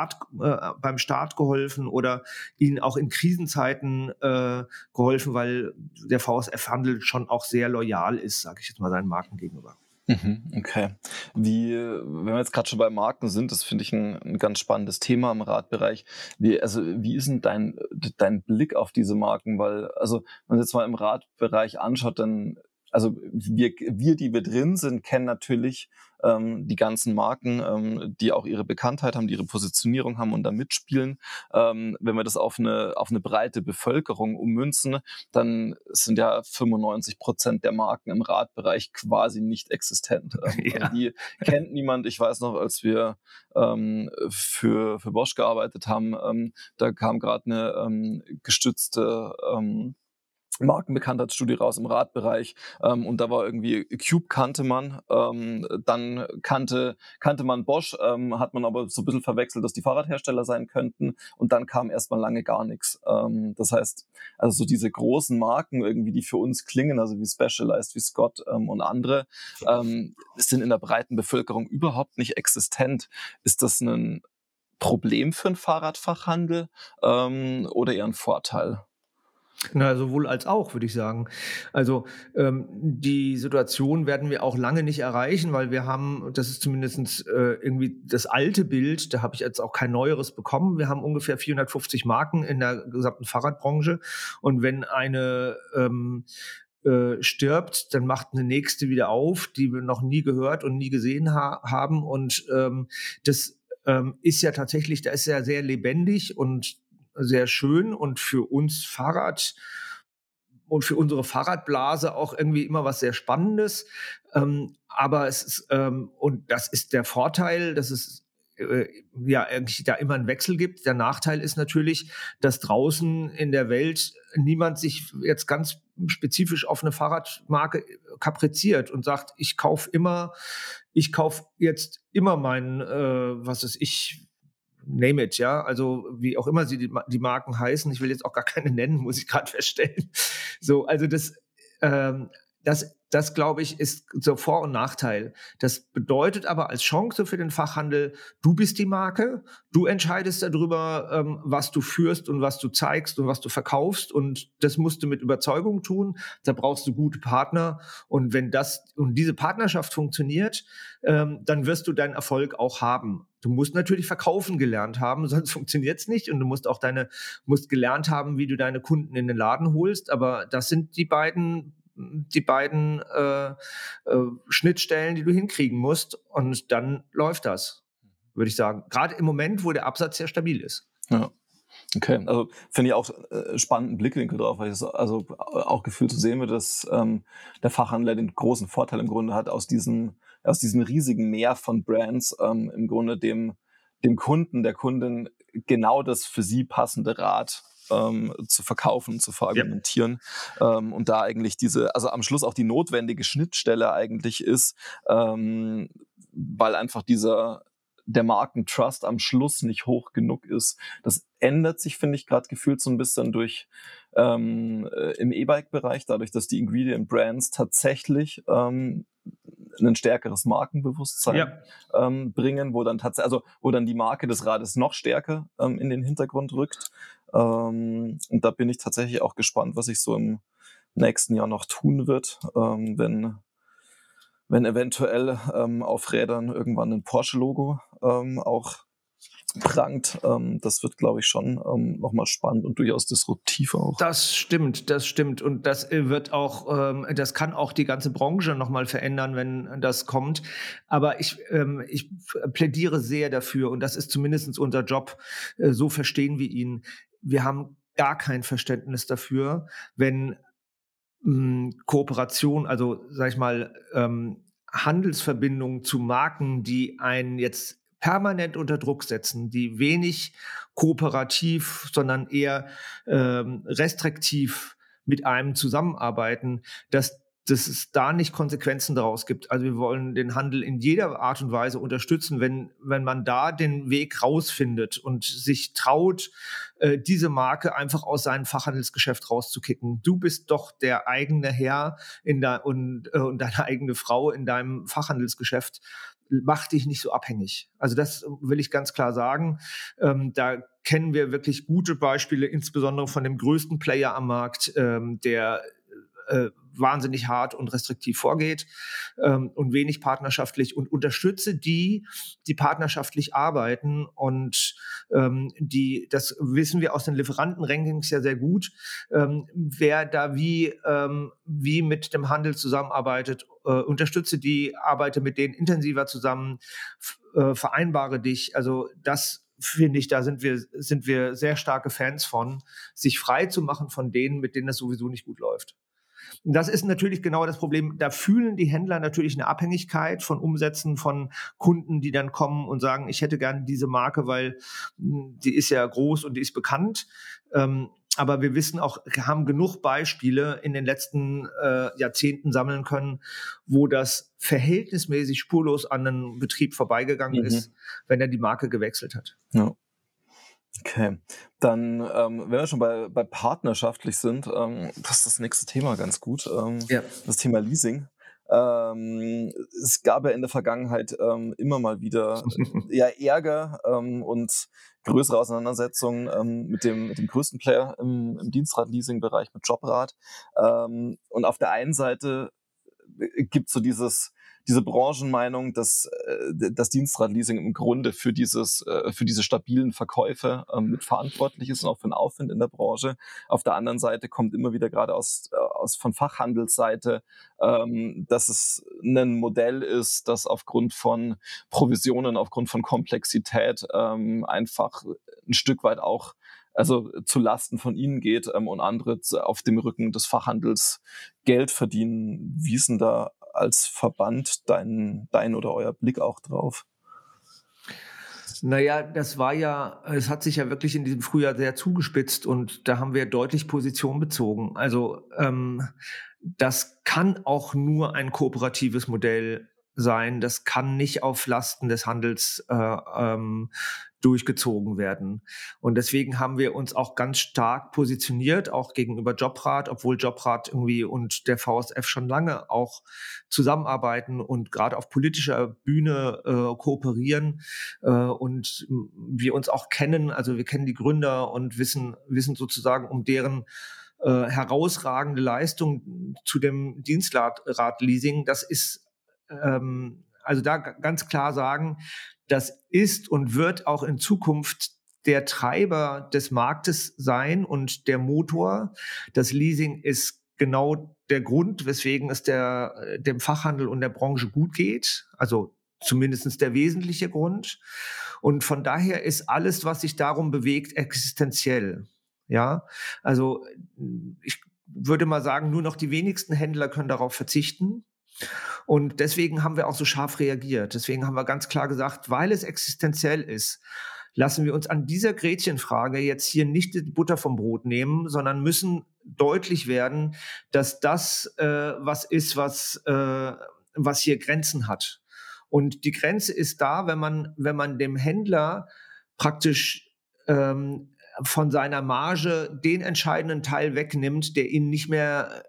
beim Start geholfen oder ihnen auch in Krisenzeiten geholfen, weil der VSF-Handel schon auch sehr loyal ist, sage ich jetzt mal, seinen Marken gegenüber. Okay. Wenn wir jetzt gerade schon bei Marken sind, das finde ich ein ganz spannendes Thema im Radbereich. Wie ist denn dein Blick auf diese Marken? Weil, also, wenn man es jetzt mal im Radbereich anschaut, dann, also die wir drin sind, kennen natürlich die ganzen Marken, die auch ihre Bekanntheit haben, die ihre Positionierung haben und da mitspielen. Wenn wir das auf eine breite Bevölkerung ummünzen, dann sind ja 95% der Marken im Radbereich quasi nicht existent. Ja. Die kennt niemand. Ich weiß noch, als wir für Bosch gearbeitet haben, da kam gerade eine gestützte Markenbekanntheitsstudie raus im Radbereich, und da war irgendwie Cube kannte man, dann kannte man Bosch, hat man aber so ein bisschen verwechselt, dass die Fahrradhersteller sein könnten, und dann kam erstmal lange gar nichts. Das heißt, also so diese großen Marken irgendwie, die für uns klingen, also wie Specialized, wie Scott und andere, sind in der breiten Bevölkerung überhaupt nicht existent. Ist das ein Problem für einen Fahrradfachhandel oder eher ein Vorteil? Na, sowohl als auch, würde ich sagen. Also die Situation werden wir auch lange nicht erreichen, weil wir haben, das ist zumindest irgendwie das alte Bild, da habe ich jetzt auch kein neueres bekommen. Wir haben ungefähr 450 Marken in der gesamten Fahrradbranche, und wenn eine stirbt, dann macht eine nächste wieder auf, die wir noch nie gehört und nie gesehen haben, und das ist ja tatsächlich, da ist ja sehr lebendig und sehr schön und für uns Fahrrad und für unsere Fahrradblase auch irgendwie immer was sehr Spannendes. Aber es ist, und das ist der Vorteil, dass es ja eigentlich da immer einen Wechsel gibt. Der Nachteil ist natürlich, dass draußen in der Welt niemand sich jetzt ganz spezifisch auf eine Fahrradmarke kapriziert und sagt, ich kaufe jetzt immer meinen, was weiß ich, name it, ja, also wie auch immer sie die Marken heißen. Ich will jetzt auch gar keine nennen, muss ich gerade feststellen. So, also das glaube ich, ist so Vor- und Nachteil. Das bedeutet aber als Chance für den Fachhandel, du bist die Marke, du entscheidest darüber, was du führst und was du zeigst und was du verkaufst, und das musst du mit Überzeugung tun. Da brauchst du gute Partner, und wenn diese Partnerschaft funktioniert, dann wirst du deinen Erfolg auch haben. Du musst natürlich verkaufen gelernt haben, sonst funktioniert es nicht, und du musst auch musst gelernt haben, wie du deine Kunden in den Laden holst, aber das sind die beiden Schnittstellen, die du hinkriegen musst, und dann läuft das, würde ich sagen. Gerade im Moment, wo der Absatz sehr stabil ist. Ja. Okay, also finde ich auch spannenden Blickwinkel drauf, weil ich es also auch gefühlt zu sehen wird, dass der Fachhandler den großen Vorteil im Grunde hat, aus diesem riesigen Meer von Brands im Grunde dem Kunden, der Kundin genau das für sie passende Rad zu verkaufen, zu verargumentieren, und da eigentlich also am Schluss auch die notwendige Schnittstelle eigentlich ist, weil einfach der Markentrust am Schluss nicht hoch genug ist. Das ändert sich, finde ich, gerade gefühlt so ein bisschen durch im E-Bike-Bereich, dadurch, dass die Ingredient Brands tatsächlich ein stärkeres Markenbewusstsein bringen, wo dann die Marke des Rades noch stärker in den Hintergrund rückt. Und da bin ich tatsächlich auch gespannt, was sich so im nächsten Jahr noch tun wird, wenn eventuell auf Rädern irgendwann ein Porsche-Logo auch prangt. Das wird, glaube ich, schon nochmal spannend und durchaus disruptiv auch. Das stimmt. Und das wird auch, das kann auch die ganze Branche nochmal verändern, wenn das kommt. Aber ich plädiere sehr dafür, und das ist zumindest unser Job, so verstehen wir ihn. Wir haben gar kein Verständnis dafür, wenn Kooperation, also sag ich mal, Handelsverbindungen zu Marken, die einen jetzt permanent unter Druck setzen, die wenig kooperativ, sondern eher restriktiv mit einem zusammenarbeiten, dass es da nicht Konsequenzen daraus gibt. Also wir wollen den Handel in jeder Art und Weise unterstützen, wenn man da den Weg rausfindet und sich traut, diese Marke einfach aus seinem Fachhandelsgeschäft rauszukicken. Du bist doch der eigene Herr und deine eigene Frau in deinem Fachhandelsgeschäft. Mach dich nicht so abhängig. Also das will ich ganz klar sagen. Da kennen wir wirklich gute Beispiele, insbesondere von dem größten Player am Markt, der wahnsinnig hart und restriktiv vorgeht und wenig partnerschaftlich, und unterstütze die partnerschaftlich arbeiten, und das wissen wir aus den Lieferantenrankings ja sehr gut, wer da wie mit dem Handel zusammenarbeitet, unterstütze die, arbeite mit denen intensiver zusammen, vereinbare dich. Also das finde ich, da sind wir sehr starke Fans von, sich frei zu machen von denen, mit denen es sowieso nicht gut läuft. Und das ist natürlich genau das Problem. Da fühlen die Händler natürlich eine Abhängigkeit von Umsätzen von Kunden, die dann kommen und sagen, ich hätte gerne diese Marke, weil die ist ja groß und die ist bekannt. Aber wir wissen auch, haben genug Beispiele in den letzten Jahrzehnten sammeln können, wo das verhältnismäßig spurlos an einen Betrieb vorbeigegangen ist, wenn er die Marke gewechselt hat. Ja. Okay, dann, wenn wir schon bei partnerschaftlich sind, passt das nächste Thema ganz gut, das Thema Leasing. Es gab ja in der Vergangenheit immer mal wieder Ärger und größere Auseinandersetzungen mit dem größten Player im Dienstrad-Leasing-Bereich, mit Jobrad. Und auf der einen Seite gibt es so diese Branchenmeinung, dass das Dienstrad-Leasing im Grunde für diese stabilen Verkäufe mitverantwortlich ist und auch für den Aufwind in der Branche. Auf der anderen Seite kommt immer wieder gerade von Fachhandelsseite, dass es ein Modell ist, das aufgrund von Provisionen, aufgrund von Komplexität einfach ein Stück weit auch zu Lasten von ihnen geht und andere auf dem Rücken des Fachhandels Geld verdienen. Wie ist denn da als Verband dein oder euer Blick auch drauf? Naja, es hat sich ja wirklich in diesem Frühjahr sehr zugespitzt, und da haben wir deutlich Position bezogen. Also das kann auch nur ein kooperatives Modell sein. Das kann nicht auf Lasten des Handels durchgezogen werden. Und deswegen haben wir uns auch ganz stark positioniert, auch gegenüber Jobrat, obwohl Jobrat irgendwie und der VSF schon lange auch zusammenarbeiten und gerade auf politischer Bühne kooperieren und wir uns auch kennen. Also wir kennen die Gründer und wissen sozusagen um deren herausragende Leistung zu dem Dienstradleasing. Das ist also da ganz klar sagen, das ist und wird auch in Zukunft der Treiber des Marktes sein und der Motor. Das Leasing ist genau der Grund, weswegen es dem Fachhandel und der Branche gut geht. Also zumindest der wesentliche Grund. Und von daher ist alles, was sich darum bewegt, existenziell. Ja, also ich würde mal sagen, nur noch die wenigsten Händler können darauf verzichten. Und deswegen haben wir auch so scharf reagiert. Deswegen haben wir ganz klar gesagt, weil es existenziell ist, lassen wir uns an dieser Gretchenfrage jetzt hier nicht die Butter vom Brot nehmen, sondern müssen deutlich werden, dass das was ist, was hier Grenzen hat. Und die Grenze ist da, wenn man dem Händler praktisch von seiner Marge den entscheidenden Teil wegnimmt, der ihn nicht mehr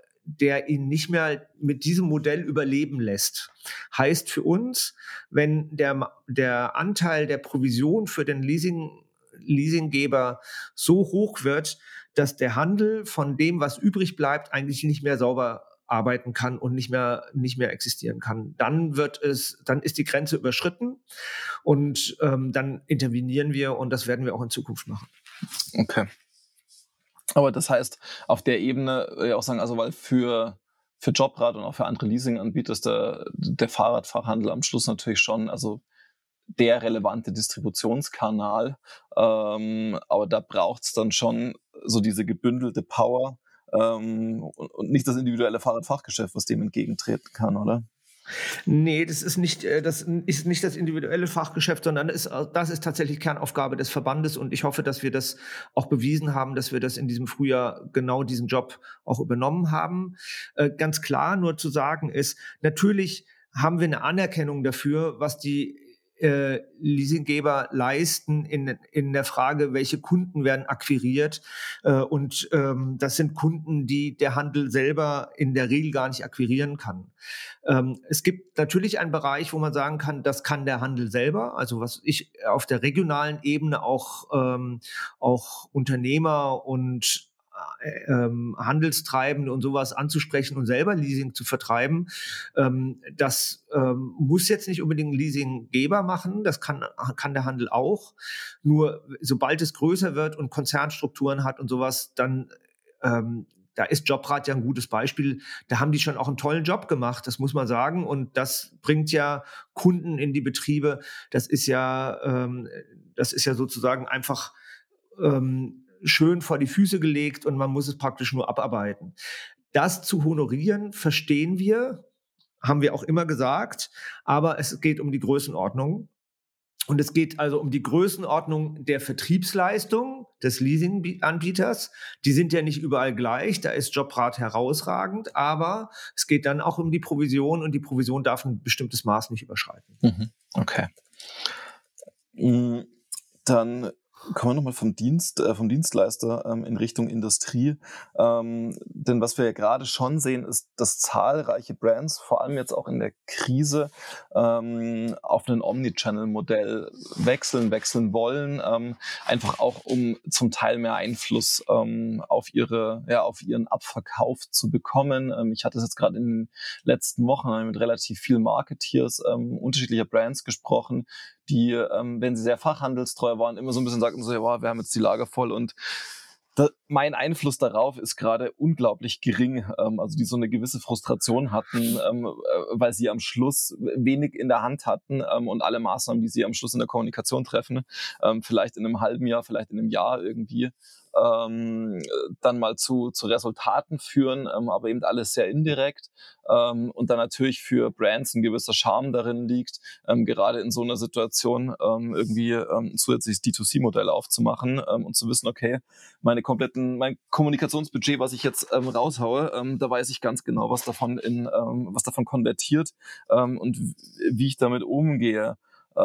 mit diesem Modell überleben lässt. Heißt für uns, wenn der Anteil der Provision für den Leasinggeber so hoch wird, dass der Handel von dem, was übrig bleibt, eigentlich nicht mehr sauber arbeiten kann und nicht mehr existieren kann, dann ist die Grenze überschritten und dann intervenieren wir und das werden wir auch in Zukunft machen. Okay. Aber das heißt, auf der Ebene auch sagen, also weil für Jobrat und auch für andere Leasinganbieter ist der Fahrradfachhandel am Schluss natürlich schon also der relevante Distributionskanal. Aber da braucht es dann schon so diese gebündelte Power und nicht das individuelle Fahrradfachgeschäft, was dem entgegentreten kann, oder? Nee, das ist nicht das individuelle Fachgeschäft, sondern das ist tatsächlich Kernaufgabe des Verbandes und ich hoffe, dass wir das auch bewiesen haben, dass wir das in diesem Frühjahr genau diesen Job auch übernommen haben. Ganz klar nur zu sagen ist, natürlich haben wir eine Anerkennung dafür, was die Leasinggeber leisten in der Frage, welche Kunden werden akquiriert. Und das sind Kunden, die der Handel selber in der Regel gar nicht akquirieren kann. Es gibt natürlich einen Bereich, wo man sagen kann, das kann der Handel selber. Also was ich auf der regionalen Ebene auch Unternehmer und Handelstreibende und sowas anzusprechen und selber Leasing zu vertreiben. Das muss jetzt nicht unbedingt ein Leasinggeber machen, das kann der Handel auch. Nur sobald es größer wird und Konzernstrukturen hat und sowas, dann da ist Jobrat ja ein gutes Beispiel. Da haben die schon auch einen tollen Job gemacht, das muss man sagen. Und das bringt ja Kunden in die Betriebe. Das ist ja sozusagen einfach schön vor die Füße gelegt und man muss es praktisch nur abarbeiten. Das zu honorieren, verstehen wir, haben wir auch immer gesagt, aber es geht um die Größenordnung. Und es geht also um die Größenordnung der Vertriebsleistung des Leasinganbieters. Die sind ja nicht überall gleich, da ist Jobrat herausragend, aber es geht dann auch um die Provision und die Provision darf ein bestimmtes Maß nicht überschreiten. Okay. Dann kommen wir nochmal vom Dienstleister in Richtung Industrie. Denn was wir ja gerade schon sehen, ist, dass zahlreiche Brands, vor allem jetzt auch in der Krise, auf ein Omnichannel-Modell wechseln wollen, einfach auch um zum Teil mehr Einfluss auf ihren Abverkauf zu bekommen. Ich hatte es jetzt gerade in den letzten Wochen mit relativ vielen Marketeers unterschiedlicher Brands gesprochen, die, wenn sie sehr fachhandelstreu waren, immer so ein bisschen sagten, so, ja, wir haben jetzt die Lager voll und mein Einfluss darauf ist gerade unglaublich gering, also die so eine gewisse Frustration hatten, weil sie am Schluss wenig in der Hand hatten und alle Maßnahmen, die sie am Schluss in der Kommunikation treffen, vielleicht in einem halben Jahr, vielleicht in einem Jahr irgendwie, dann mal zu Resultaten führen, aber eben alles sehr indirekt, und dann natürlich für Brands ein gewisser Charme darin liegt, gerade in so einer Situation irgendwie ein zusätzliches D2C-Modell aufzumachen, und zu wissen, okay, mein Kommunikationsbudget, was ich jetzt raushaue, da weiß ich ganz genau, was davon konvertiert, und wie ich damit umgehe.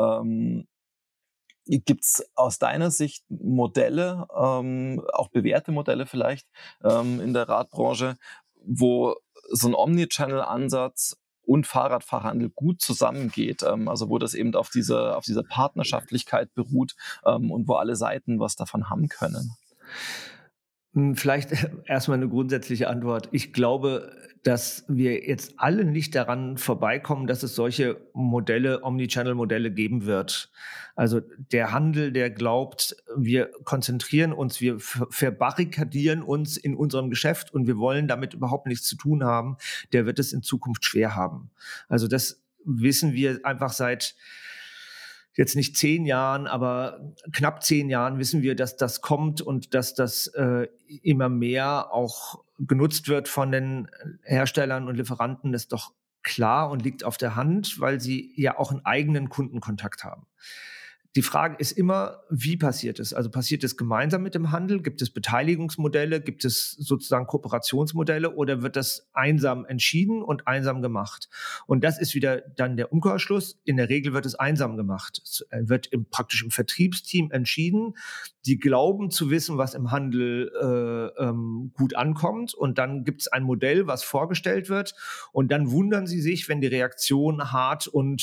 Gibt es aus deiner Sicht Modelle, auch bewährte Modelle vielleicht, in der Radbranche, wo so ein Omnichannel-Ansatz und Fahrradfachhandel gut zusammengeht, also wo das eben auf dieser Partnerschaftlichkeit beruht, und wo alle Seiten was davon haben können? Vielleicht erstmal eine grundsätzliche Antwort. Ich glaube, dass wir jetzt alle nicht daran vorbeikommen, dass es solche Modelle, Omnichannel-Modelle geben wird. Also der Handel, der glaubt, wir konzentrieren uns, wir verbarrikadieren uns in unserem Geschäft und wir wollen damit überhaupt nichts zu tun haben, der wird es in Zukunft schwer haben. Also das wissen wir einfach seit jetzt nicht 10 Jahren, aber knapp 10 Jahren wissen wir, dass das kommt und dass das immer mehr auch genutzt wird von den Herstellern und Lieferanten, ist doch klar und liegt auf der Hand, weil sie ja auch einen eigenen Kundenkontakt haben. Die Frage ist immer, wie passiert es? Also passiert es gemeinsam mit dem Handel? Gibt es Beteiligungsmodelle? Gibt es sozusagen Kooperationsmodelle oder wird das einsam entschieden und einsam gemacht? Und das ist wieder dann der Umkehrschluss. In der Regel wird es einsam gemacht. Es wird praktisch im Vertriebsteam entschieden. Die glauben zu wissen, was im Handel gut ankommt. Und dann gibt es ein Modell, was vorgestellt wird. Und dann wundern sie sich, wenn die Reaktion hart und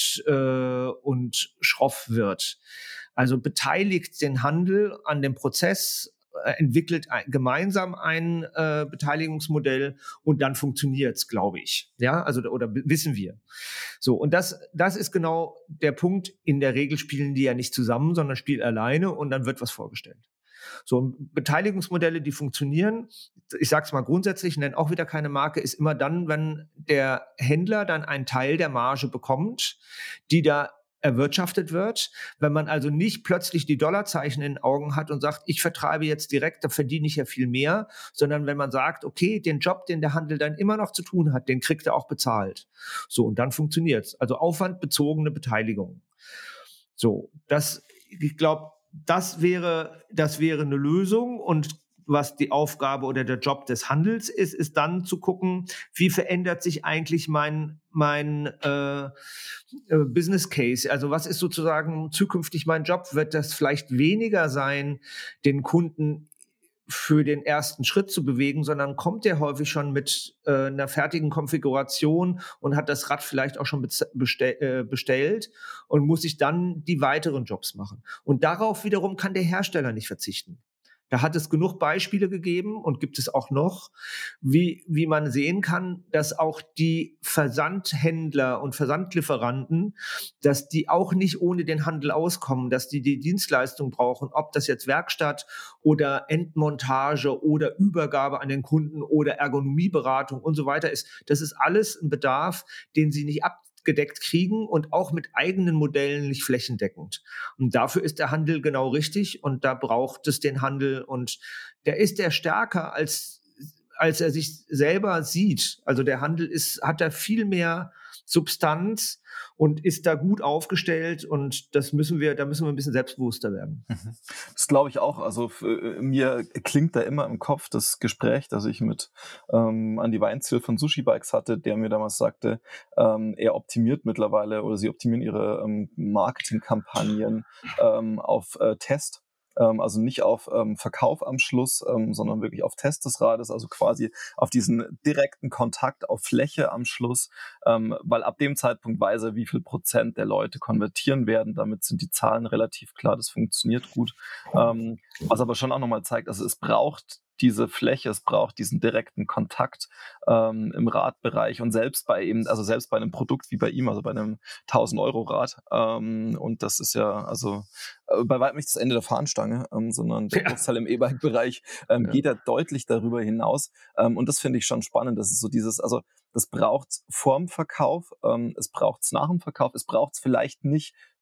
schroff wird. Also beteiligt den Handel an dem Prozess, entwickelt gemeinsam ein Beteiligungsmodell und dann funktioniert's, glaube ich. Ja, also oder wissen wir. So, und das ist genau der Punkt. In der Regel spielen die ja nicht zusammen, sondern spielen alleine und dann wird was vorgestellt. So, Beteiligungsmodelle, die funktionieren, ich sage es mal grundsätzlich, nenne auch wieder keine Marke, ist immer dann, wenn der Händler dann einen Teil der Marge bekommt, die da erwirtschaftet wird. Wenn man also nicht plötzlich die Dollarzeichen in den Augen hat und sagt, ich vertreibe jetzt direkt, da verdiene ich ja viel mehr, sondern wenn man sagt, okay, den Job, den der Handel dann immer noch zu tun hat, den kriegt er auch bezahlt. So, und dann funktioniert's. Also aufwandbezogene Beteiligung. So, ich glaube, das wäre eine Lösung. Und was die Aufgabe oder der Job des Handels ist dann zu gucken, wie verändert sich eigentlich mein Business Case? Also was ist sozusagen zukünftig mein Job? Wird das vielleicht weniger sein, den Kunden für den ersten Schritt zu bewegen, sondern kommt der häufig schon mit einer fertigen Konfiguration und hat das Rad vielleicht auch schon bestellt und muss sich dann die weiteren Jobs machen. Und darauf wiederum kann der Hersteller nicht verzichten. Da hat es genug Beispiele gegeben und gibt es auch noch, wie man sehen kann, dass auch die Versandhändler und Versandlieferanten, dass die auch nicht ohne den Handel auskommen, dass die Dienstleistung brauchen, ob das jetzt Werkstatt oder Endmontage oder Übergabe an den Kunden oder Ergonomieberatung und so weiter ist. Das ist alles ein Bedarf, den sie nicht abgedeckt kriegen und auch mit eigenen Modellen nicht flächendeckend. Und dafür ist der Handel genau richtig und da braucht es den Handel und der stärker als er sich selber sieht. Also der Handel hat da viel mehr Substanz und ist da gut aufgestellt und da müssen wir ein bisschen selbstbewusster werden. Das glaube ich auch. Also mir klingt da immer im Kopf das Gespräch, das ich mit Andi Weinzierl von Sushi Bikes hatte, der mir damals sagte, er optimiert mittlerweile oder sie optimieren ihre Marketingkampagnen auf Test. Also nicht auf Verkauf am Schluss, sondern wirklich auf Test des Rades, also quasi auf diesen direkten Kontakt auf Fläche am Schluss, weil ab dem Zeitpunkt weiß er, wie viel Prozent der Leute konvertieren werden. Damit sind die Zahlen relativ klar, das funktioniert gut. Was aber schon auch nochmal zeigt, also es braucht diese Fläche, es braucht diesen direkten Kontakt im Radbereich und selbst bei einem Produkt wie bei ihm, also bei einem 1.000-Euro-Rad, und das ist ja also bei weitem nicht das Ende der Fahnenstange, sondern der Großteil im E-Bike-Bereich geht ja deutlich darüber hinaus, und das finde ich schon spannend, das ist so dieses, also das braucht's vorm Verkauf, es braucht's nach dem Verkauf, es braucht's vielleicht nicht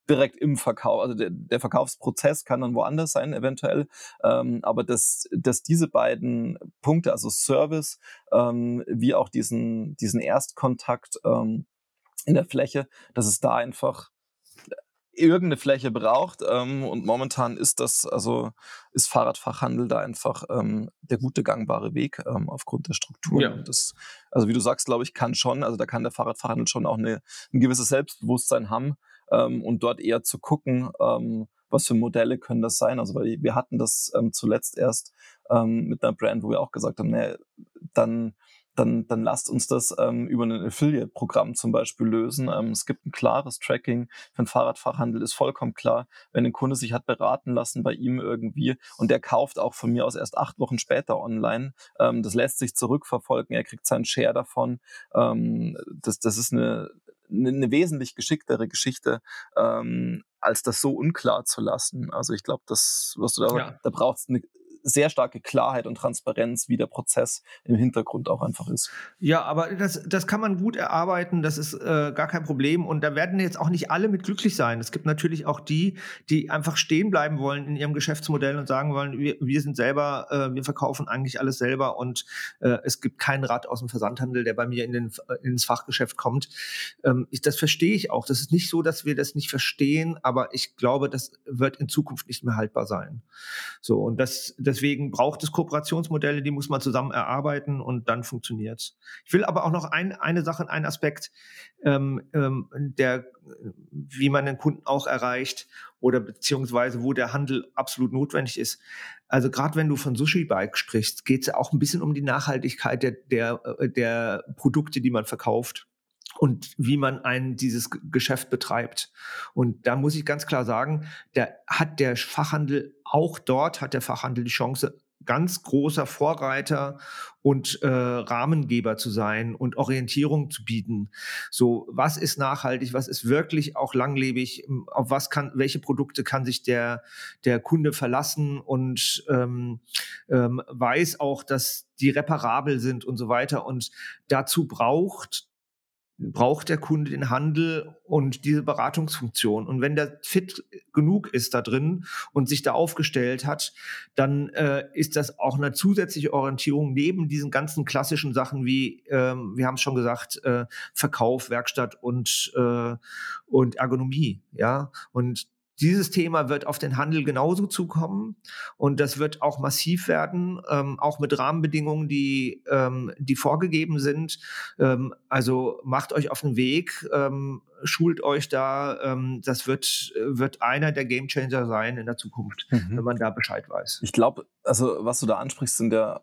direkt im Verkauf, also der Verkaufsprozess kann dann woanders sein eventuell, aber dass diese beiden Punkte, also Service wie auch diesen Erstkontakt in der Fläche, dass es da einfach irgendeine Fläche braucht, und momentan ist Fahrradfachhandel da einfach der gute gangbare Weg aufgrund der Strukturen. Ja. Und das, also wie du sagst, glaube ich, da kann der Fahrradfachhandel schon auch ein gewisses Selbstbewusstsein haben, und dort eher zu gucken, was für Modelle können das sein. Also weil wir hatten das zuletzt erst mit einer Brand, wo wir auch gesagt haben, dann lasst uns das über ein Affiliate-Programm zum Beispiel lösen. Es gibt ein klares Tracking für den Fahrradfachhandel, ist vollkommen klar, wenn ein Kunde sich hat beraten lassen bei ihm irgendwie und der kauft auch von mir aus erst 8 Wochen später online, das lässt sich zurückverfolgen, er kriegt seinen Share davon. Das ist eine wesentlich geschicktere Geschichte, als das so unklar zu lassen. Also ich glaube, da braucht es eine sehr starke Klarheit und Transparenz, wie der Prozess im Hintergrund auch einfach ist. Ja, aber das kann man gut erarbeiten, das ist gar kein Problem. Und da werden jetzt auch nicht alle mit glücklich sein. Es gibt natürlich auch die einfach stehen bleiben wollen in ihrem Geschäftsmodell und sagen wollen, wir sind selber, wir verkaufen eigentlich alles selber und es gibt keinen Rat aus dem Versandhandel, der bei mir ins Fachgeschäft kommt. Das verstehe ich auch. Das ist nicht so, dass wir das nicht verstehen, aber ich glaube, das wird in Zukunft nicht mehr haltbar sein. So, und deswegen braucht es Kooperationsmodelle, die muss man zusammen erarbeiten und dann funktioniert's. Ich will aber auch noch eine Sache, einen Aspekt, wie man den Kunden auch erreicht oder beziehungsweise wo der Handel absolut notwendig ist. Also gerade wenn du von Sushi Bike sprichst, geht es auch ein bisschen um die Nachhaltigkeit der Produkte, die man verkauft und wie man dieses Geschäft betreibt. Und da muss ich ganz klar sagen, der Fachhandel die Chance, ganz großer Vorreiter und Rahmengeber zu sein und Orientierung zu bieten. So, was ist nachhaltig, was ist wirklich auch langlebig, welche Produkte kann sich der Kunde verlassen und weiß auch, dass die reparabel sind und so weiter. Und dazu braucht der Kunde den Handel und diese Beratungsfunktion. Und wenn der fit genug ist da drin und sich da aufgestellt hat, dann ist das auch eine zusätzliche Orientierung neben diesen ganzen klassischen Sachen wie, wir haben es schon gesagt, Verkauf, Werkstatt und Ergonomie. Ja, und dieses Thema wird auf den Handel genauso zukommen und das wird auch massiv werden, auch mit Rahmenbedingungen, die vorgegeben sind. Also macht euch auf den Weg, schult euch da. Das wird einer der Gamechanger sein in der Zukunft, wenn man da Bescheid weiß. Ich glaube, also was du da ansprichst, sind da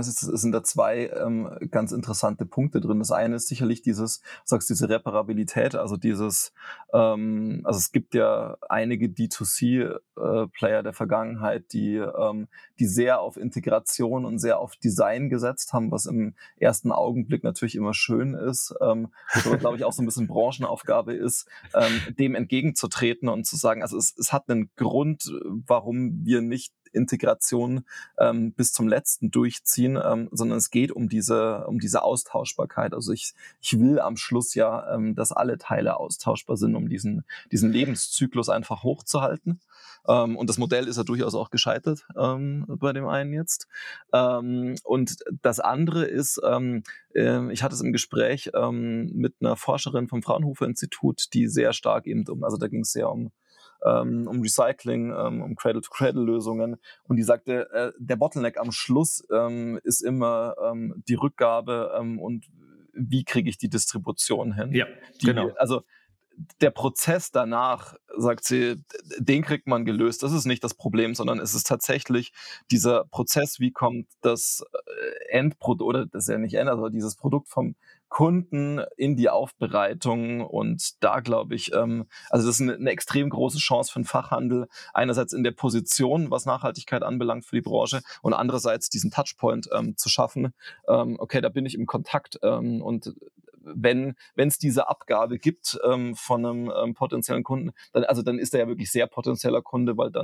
2 ganz interessante Punkte drin. Das eine ist sicherlich diese Reparabilität, also also es gibt ja einige D2C-Player der Vergangenheit, die sehr auf Integration und sehr auf Design gesetzt haben, was im ersten Augenblick natürlich immer schön ist, was aber, glaube ich, auch so ein bisschen Branchenaufgabe ist, dem entgegenzutreten und zu sagen, also es hat einen Grund, warum wir nicht Integration bis zum letzten durchziehen, sondern es geht um diese Austauschbarkeit. Also ich will am Schluss ja, dass alle Teile austauschbar sind, um diesen Lebenszyklus einfach hochzuhalten. Und das Modell ist ja durchaus auch gescheitert bei dem einen jetzt. Und das andere ist, ich hatte es im Gespräch mit einer Forscherin vom Fraunhofer Institut, die sehr stark eben also da ging es sehr um Recycling, um Cradle-to-Cradle-Lösungen. Und die sagte, der Bottleneck am Schluss ist immer die Rückgabe und wie kriege ich die Distribution hin. Ja, genau. Also der Prozess danach, sagt sie, den kriegt man gelöst. Das ist nicht das Problem, sondern es ist tatsächlich dieser Prozess, wie kommt das Endprodukt, oder das ist ja nicht aber dieses Produkt vom Kunden in die Aufbereitung. Und da glaube ich, also das ist eine extrem große Chance für den Fachhandel, einerseits in der Position, was Nachhaltigkeit anbelangt für die Branche, und andererseits diesen Touchpoint zu schaffen. Okay, da bin ich im Kontakt, und wenn es diese Abgabe gibt von einem potenziellen Kunden, dann ist er ja wirklich sehr potenzieller Kunde, weil dann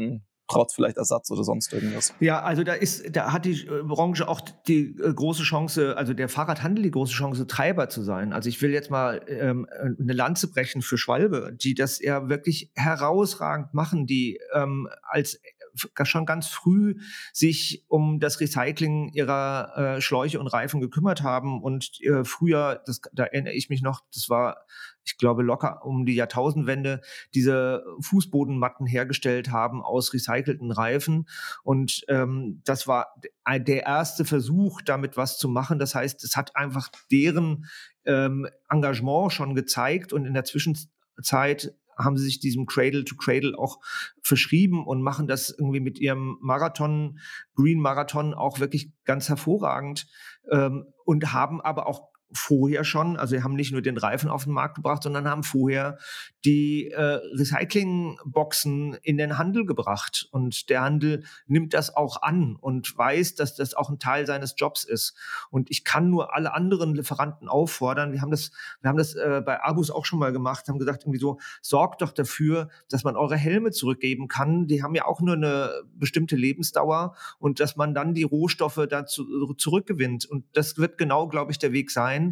trotz vielleicht Ersatz oder sonst irgendwas? Ja, also da hat die Branche auch die große Chance, also der Fahrradhandel die große Chance, Treiber zu sein. Also ich will jetzt mal 'ne Lanze brechen für Schwalbe, die das ja wirklich herausragend machen, die als schon ganz früh sich um das Recycling ihrer Schläuche und Reifen gekümmert haben und früher, da erinnere ich mich noch, das war, ich glaube, locker um die Jahrtausendwende, diese Fußbodenmatten hergestellt haben aus recycelten Reifen. Und das war der erste Versuch, damit was zu machen. Das heißt, es hat einfach deren Engagement schon gezeigt und in der Zwischenzeit haben sie sich diesem Cradle to Cradle auch verschrieben und machen das irgendwie mit ihrem Marathon, Green Marathon, auch wirklich ganz hervorragend und haben aber auch vorher schon, also wir haben nicht nur den Reifen auf den Markt gebracht, sondern haben vorher die Recyclingboxen in den Handel gebracht. Und der Handel nimmt das auch an und weiß, dass das auch ein Teil seines Jobs ist. Und ich kann nur alle anderen Lieferanten auffordern. Wir haben das bei Abus auch schon mal gemacht, haben gesagt, irgendwie so, sorgt doch dafür, dass man eure Helme zurückgeben kann. Die haben ja auch nur eine bestimmte Lebensdauer und dass man dann die Rohstoffe dazu zurückgewinnt. Und das wird genau, glaube ich, der Weg sein,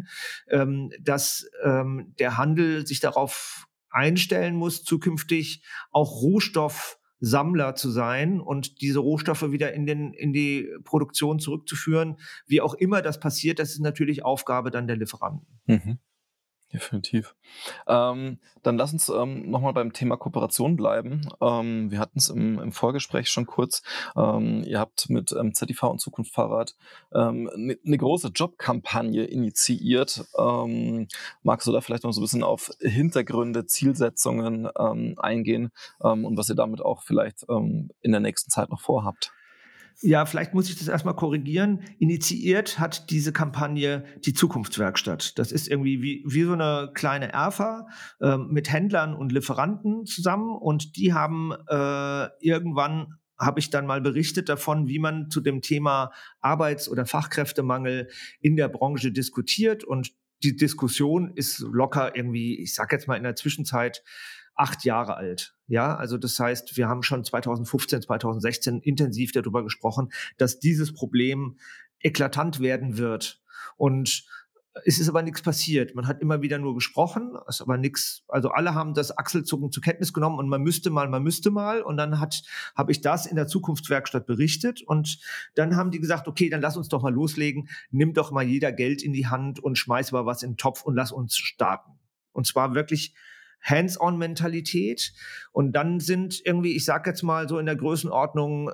dass der Handel sich darauf einstellen muss, zukünftig auch Rohstoffsammler zu sein und diese Rohstoffe wieder in die Produktion zurückzuführen. Wie auch immer das passiert, das ist natürlich Aufgabe dann der Lieferanten. Mhm. Definitiv. Dann lass uns nochmal beim Thema Kooperation bleiben. Wir hatten es im Vorgespräch schon kurz. Ihr habt mit ZIV und Zukunft Fahrrad eine große Jobkampagne initiiert. Magst du da vielleicht noch so ein bisschen auf Hintergründe, Zielsetzungen eingehen und was ihr damit auch vielleicht in der nächsten Zeit noch vorhabt? Ja, vielleicht muss ich das erstmal korrigieren. Initiiert hat diese Kampagne die Zukunftswerkstatt. Das ist irgendwie wie so eine kleine ERFA mit Händlern und Lieferanten zusammen. Und die haben irgendwann, habe ich dann mal berichtet davon, wie man zu dem Thema Arbeits- oder Fachkräftemangel in der Branche diskutiert. Und die Diskussion ist locker irgendwie, ich sage jetzt mal in der Zwischenzeit, 8 Jahre alt. Ja, also das heißt, wir haben schon 2015, 2016 intensiv darüber gesprochen, dass dieses Problem eklatant werden wird. Und es ist aber nichts passiert. Man hat immer wieder nur gesprochen, ist aber nichts. Also alle haben das Achselzucken zur Kenntnis genommen und man müsste mal. Und dann habe ich das in der Zukunftswerkstatt berichtet und dann haben die gesagt, okay, dann lass uns doch mal loslegen. Nimm doch mal jeder Geld in die Hand und schmeiß mal was in den Topf und lass uns starten. Und zwar wirklich Hands-on-Mentalität. Und dann sind irgendwie, ich sage jetzt mal so in der Größenordnung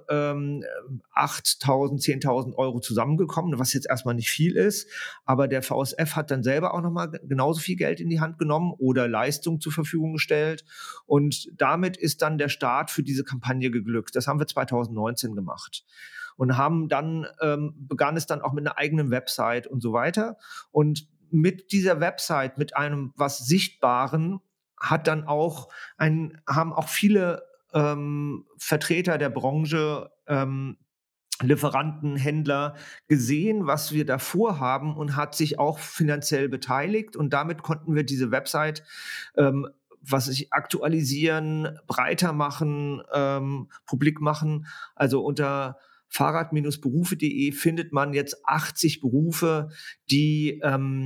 8.000, 10.000 Euro zusammengekommen, was jetzt erstmal nicht viel ist. Aber der VSF hat dann selber auch nochmal genauso viel Geld in die Hand genommen oder Leistung zur Verfügung gestellt. Und damit ist dann der Start für diese Kampagne geglückt. Das haben wir 2019 gemacht. Und haben dann, begann es dann auch mit einer eigenen Website und so weiter. Und mit dieser Website, mit einem was Sichtbaren, haben auch viele Vertreter der Branche, Lieferanten, Händler gesehen, was wir da vorhaben und hat sich auch finanziell beteiligt. Und damit konnten wir diese Website aktualisieren, breiter machen, publik machen. Also unter fahrrad-berufe.de findet man jetzt 80 Berufe, die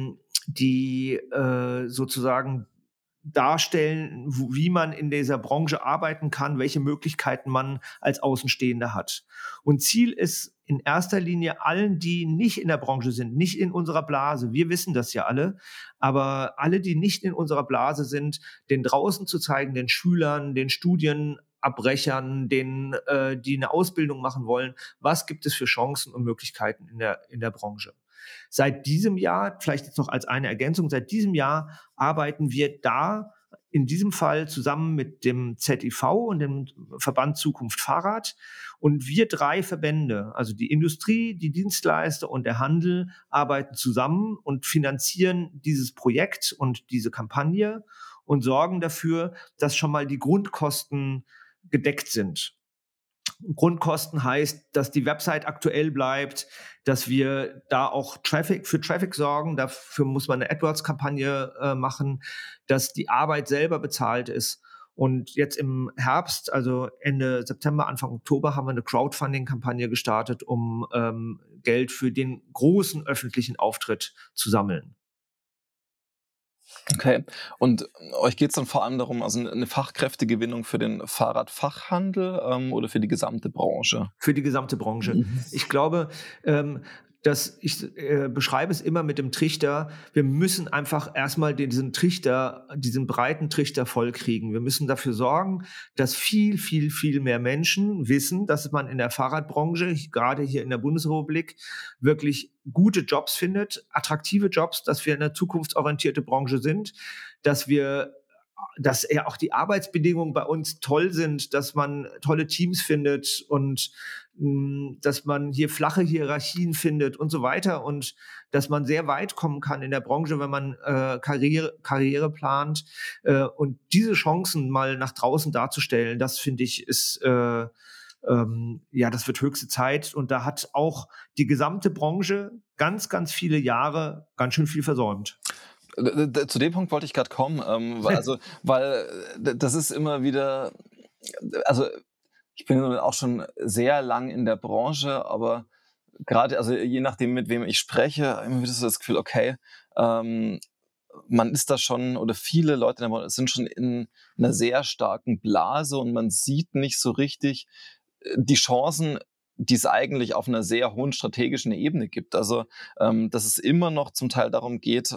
sozusagen darstellen, wie man in dieser Branche arbeiten kann, welche Möglichkeiten man als Außenstehender hat. Und Ziel ist in erster Linie allen, die nicht in der Branche sind, nicht in unserer Blase, wir wissen das ja alle, aber alle, die nicht in unserer Blase sind, den draußen zu zeigen, den Schülern, den Studienabbrechern, die eine Ausbildung machen wollen, was gibt es für Chancen und Möglichkeiten in der Branche. Seit diesem Jahr, vielleicht jetzt noch als eine Ergänzung, seit diesem Jahr arbeiten wir da in diesem Fall zusammen mit dem ZIV und dem Verband Zukunft Fahrrad. Und wir 3 Verbände, also die Industrie, die Dienstleister und der Handel, arbeiten zusammen und finanzieren dieses Projekt und diese Kampagne und sorgen dafür, dass schon mal die Grundkosten gedeckt sind. Grundkosten heißt, dass die Website aktuell bleibt, dass wir da auch für Traffic sorgen. Dafür muss man eine AdWords-Kampagne machen, dass die Arbeit selber bezahlt ist. Und jetzt im Herbst, also Ende September, Anfang Oktober, haben wir eine Crowdfunding-Kampagne gestartet, um Geld für den großen öffentlichen Auftritt zu sammeln. Okay. Und euch geht es dann vor allem darum, also eine Fachkräftegewinnung für den Fahrradfachhandel oder für die gesamte Branche? Für die gesamte Branche. Mhm. Ich glaube, dass ich beschreibe es immer mit dem Trichter. Wir müssen einfach erstmal diesen breiten Trichter vollkriegen. Wir müssen dafür sorgen, dass viel, viel, viel mehr Menschen wissen, dass man in der Fahrradbranche, gerade hier in der Bundesrepublik, wirklich gute Jobs findet, attraktive Jobs, dass wir eine zukunftsorientierte Branche sind, dass ja auch die Arbeitsbedingungen bei uns toll sind, dass man tolle Teams findet und dass man hier flache Hierarchien findet und so weiter und dass man sehr weit kommen kann in der Branche, wenn man Karriere plant. Und diese Chancen mal nach draußen darzustellen, das finde ich ist das wird höchste Zeit. Und da hat auch die gesamte Branche ganz, ganz viele Jahre ganz schön viel versäumt. Zu dem Punkt wollte ich gerade kommen, weil das ist immer wieder, also ich bin auch schon sehr lang in der Branche, aber gerade, also je nachdem, mit wem ich spreche, immer wieder so das Gefühl, okay, man ist da schon, oder viele Leute in der Branche sind schon in einer sehr starken Blase und man sieht nicht so richtig die Chancen, die es eigentlich auf einer sehr hohen strategischen Ebene gibt. Also, dass es immer noch zum Teil darum geht,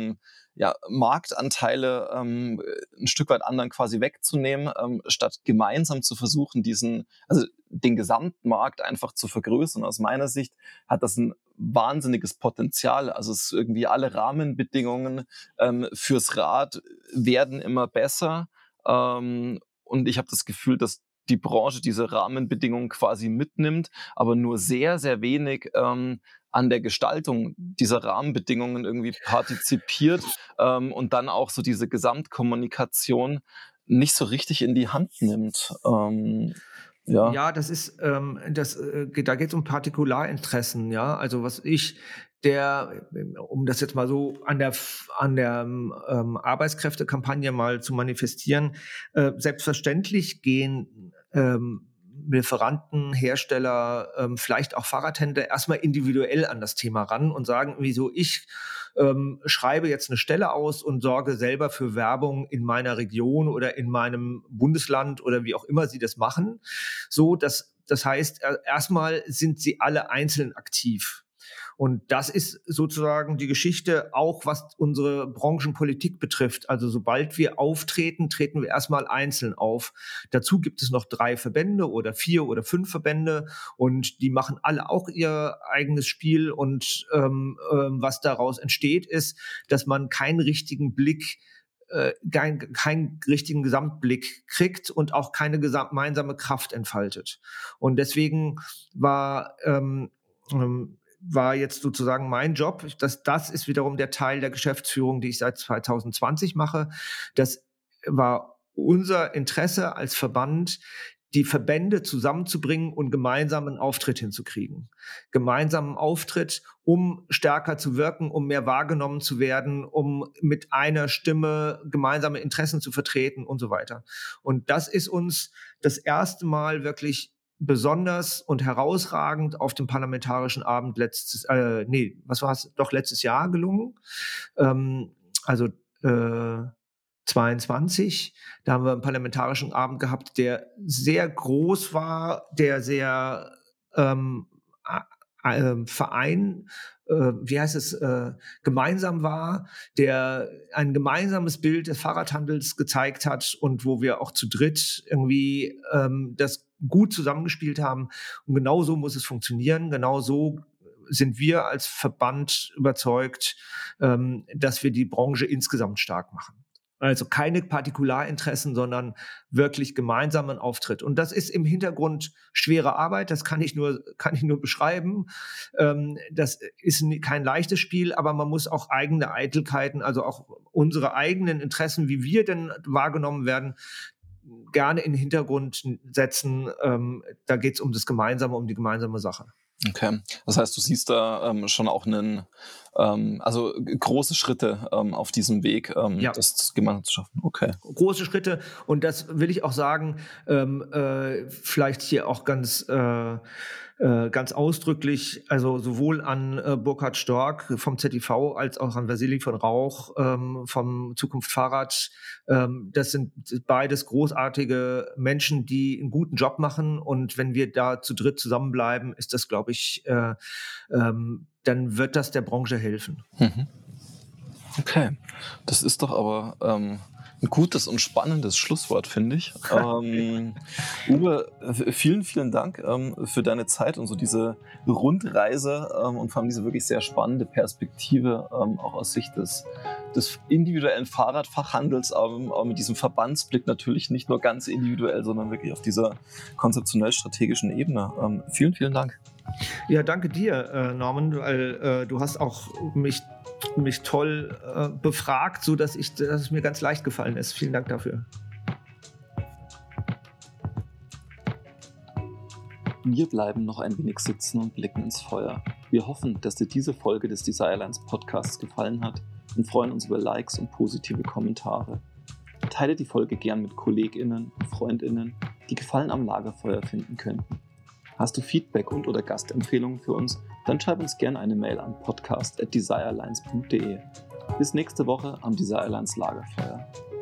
Marktanteile ein Stück weit anderen quasi wegzunehmen, statt gemeinsam zu versuchen, den Gesamtmarkt einfach zu vergrößern. Aus meiner Sicht hat das ein wahnsinniges Potenzial. Also es ist irgendwie, alle Rahmenbedingungen fürs Rad werden immer besser. Und ich habe das Gefühl, dass die Branche diese Rahmenbedingungen quasi mitnimmt, aber nur sehr, sehr wenig an der Gestaltung dieser Rahmenbedingungen irgendwie partizipiert und dann auch so diese Gesamtkommunikation nicht so richtig in die Hand nimmt. Ja, das ist, da geht es um Partikularinteressen, ja. Also um das jetzt mal so an der Arbeitskräftekampagne mal zu manifestieren, selbstverständlich gehen Lieferanten, Hersteller, vielleicht auch Fahrradhändler erstmal individuell an das Thema ran und sagen, wieso ich schreibe jetzt eine Stelle aus und sorge selber für Werbung in meiner Region oder in meinem Bundesland oder wie auch immer sie das machen. Das heißt, erstmal sind sie alle einzeln aktiv. Und das ist sozusagen die Geschichte auch, was unsere Branchenpolitik betrifft. Also sobald wir auftreten, treten wir erstmal einzeln auf. Dazu gibt es noch 3 Verbände oder 4 oder 5 Verbände und die machen alle auch ihr eigenes Spiel. Und was daraus entsteht, ist, dass man keinen richtigen richtigen Gesamtblick kriegt und auch keine gemeinsame Kraft entfaltet. Und deswegen war jetzt sozusagen mein Job. Das ist wiederum der Teil der Geschäftsführung, die ich seit 2020 mache. Das war unser Interesse als Verband, die Verbände zusammenzubringen und gemeinsamen Auftritt hinzukriegen. Gemeinsamen Auftritt, um stärker zu wirken, um mehr wahrgenommen zu werden, um mit einer Stimme gemeinsame Interessen zu vertreten und so weiter. Und das ist uns das erste Mal wirklich besonders und herausragend auf dem parlamentarischen Abend letztes Jahr gelungen. Also 22. Da haben wir einen parlamentarischen Abend gehabt, der sehr groß war, der sehr gemeinsam war, der ein gemeinsames Bild des Fahrradhandels gezeigt hat und wo wir auch zu dritt irgendwie das gut zusammengespielt haben. Und genau so muss es funktionieren. Genau so sind wir als Verband überzeugt, dass wir die Branche insgesamt stark machen. Also keine Partikularinteressen, sondern wirklich gemeinsamen Auftritt. Und das ist im Hintergrund schwere Arbeit, das kann ich nur beschreiben. Das ist kein leichtes Spiel, aber man muss auch eigene Eitelkeiten, also auch unsere eigenen Interessen, wie wir denn wahrgenommen werden, gerne in den Hintergrund setzen. Da geht es um das Gemeinsame, um die gemeinsame Sache. Okay, das heißt, du siehst da schon auch also große Schritte auf diesem Weg, Ja. das gemeinsam zu schaffen. Okay. Große Schritte, und das will ich auch sagen, vielleicht hier auch ganz ausdrücklich, also sowohl an Burkhard Stork vom ZIV als auch an Wassili von Rauch vom Zukunft Fahrrad. Das sind beides großartige Menschen, die einen guten Job machen, und wenn wir da zu dritt zusammenbleiben, ist das, glaube ich, dann wird das der Branche helfen. Mhm. Okay, das ist doch aber ein gutes und spannendes Schlusswort, finde ich. Uwe, vielen, vielen Dank für deine Zeit und so diese Rundreise und vor allem diese wirklich sehr spannende Perspektive, auch aus Sicht des individuellen Fahrradfachhandels, aber mit diesem Verbandsblick natürlich nicht nur ganz individuell, sondern wirklich auf dieser konzeptionell-strategischen Ebene. Vielen, vielen Dank. Ja, danke dir, Norman, weil du hast auch mich toll befragt, so dass es mir ganz leicht gefallen ist. Vielen Dank dafür. Wir bleiben noch ein wenig sitzen und blicken ins Feuer. Wir hoffen, dass dir diese Folge des Desirelines Podcasts gefallen hat und freuen uns über Likes und positive Kommentare. Teile die Folge gern mit KollegInnen und FreundInnen, die Gefallen am Lagerfeuer finden könnten. Hast du Feedback und/oder Gastempfehlungen für uns? Dann schreib uns gerne eine Mail an podcast@desirelines.de. Bis nächste Woche am Desirelines Lagerfeuer.